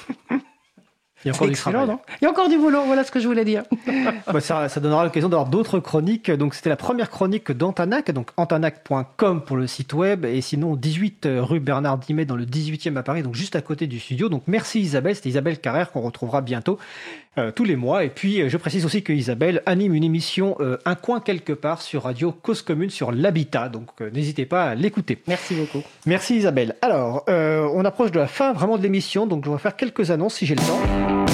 A: Il y a encore du travail.
K: Non, il y a encore du boulot, voilà ce que je voulais dire.
A: bah ça, ça donnera l'occasion d'avoir d'autres chroniques. Donc, c'était la première chronique d'Antanac, donc antanac point com pour le site web, et sinon dix-huit rue Bernard Dimet dans le dix-huitième à Paris, donc juste à côté du studio. Donc, merci Isabelle, c'était Isabelle Carrère qu'on retrouvera bientôt euh, tous les mois. Et puis, je précise aussi que Isabelle anime une émission euh, Un coin quelque part sur Radio Cause Commune sur l'habitat. Donc, euh, n'hésitez pas à l'écouter.
K: Merci beaucoup.
A: Merci Isabelle. Alors, euh, on approche de la fin vraiment de l'émission, donc je vais faire quelques annonces si j'ai le temps.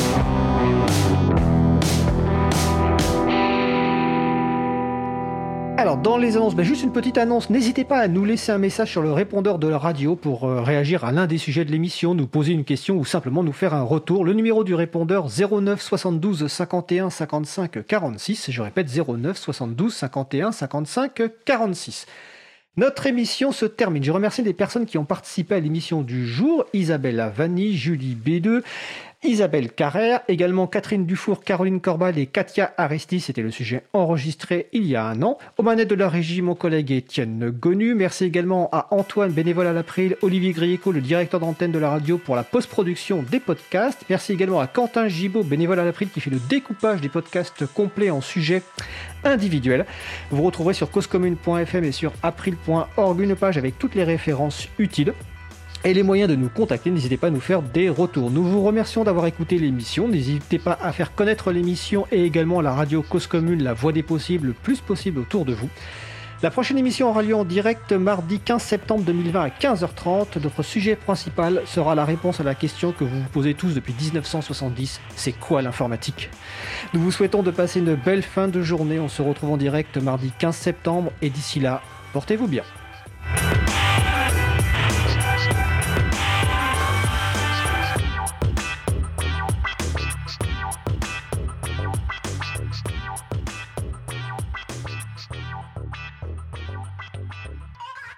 A: Alors, dans les annonces, ben juste une petite annonce. N'hésitez pas à nous laisser un message sur le répondeur de la radio pour euh, réagir à l'un des sujets de l'émission, nous poser une question ou simplement nous faire un retour. Le numéro du répondeur zéro neuf soixante-douze cinquante et un cinquante-cinq quarante-six. Je répète, zéro neuf soixante-douze cinquante et un cinquante-cinq quarante-six. Notre émission se termine. Je remercie les personnes qui ont participé à l'émission du jour. Isabelle Avani, Julie B deux, Isabelle Carrère, également Catherine Dufour, Caroline Corbal et Katia Aristi. C'était le sujet enregistré il y a un an. Aux manettes de la régie, mon collègue Étienne Gonu. Merci également à Antoine, bénévole à l'April, Olivier Grieco, le directeur d'antenne de la radio pour la post-production des podcasts. Merci également à Quentin Gibaud, bénévole à l'April, qui fait le découpage des podcasts complets en sujets individuels. Vous retrouverez sur causecommune point f m et sur april point org une page avec toutes les références utiles. Et les moyens de nous contacter, n'hésitez pas à nous faire des retours. Nous vous remercions d'avoir écouté l'émission. N'hésitez pas à faire connaître l'émission et également la radio Cause Commune, la voix des possibles, le plus possible autour de vous. La prochaine émission aura lieu en direct mardi quinze septembre deux mille vingt à quinze heures trente. Notre sujet principal sera la réponse à la question que vous vous posez tous depuis dix-neuf cent soixante-dix. C'est quoi l'informatique ? Nous vous souhaitons de passer une belle fin de journée. On se retrouve en direct mardi quinze septembre et d'ici là, portez-vous bien.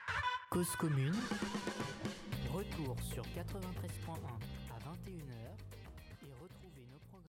L: Cause Commune, retour sur quatre-vingt-treize point un à vingt et une heures.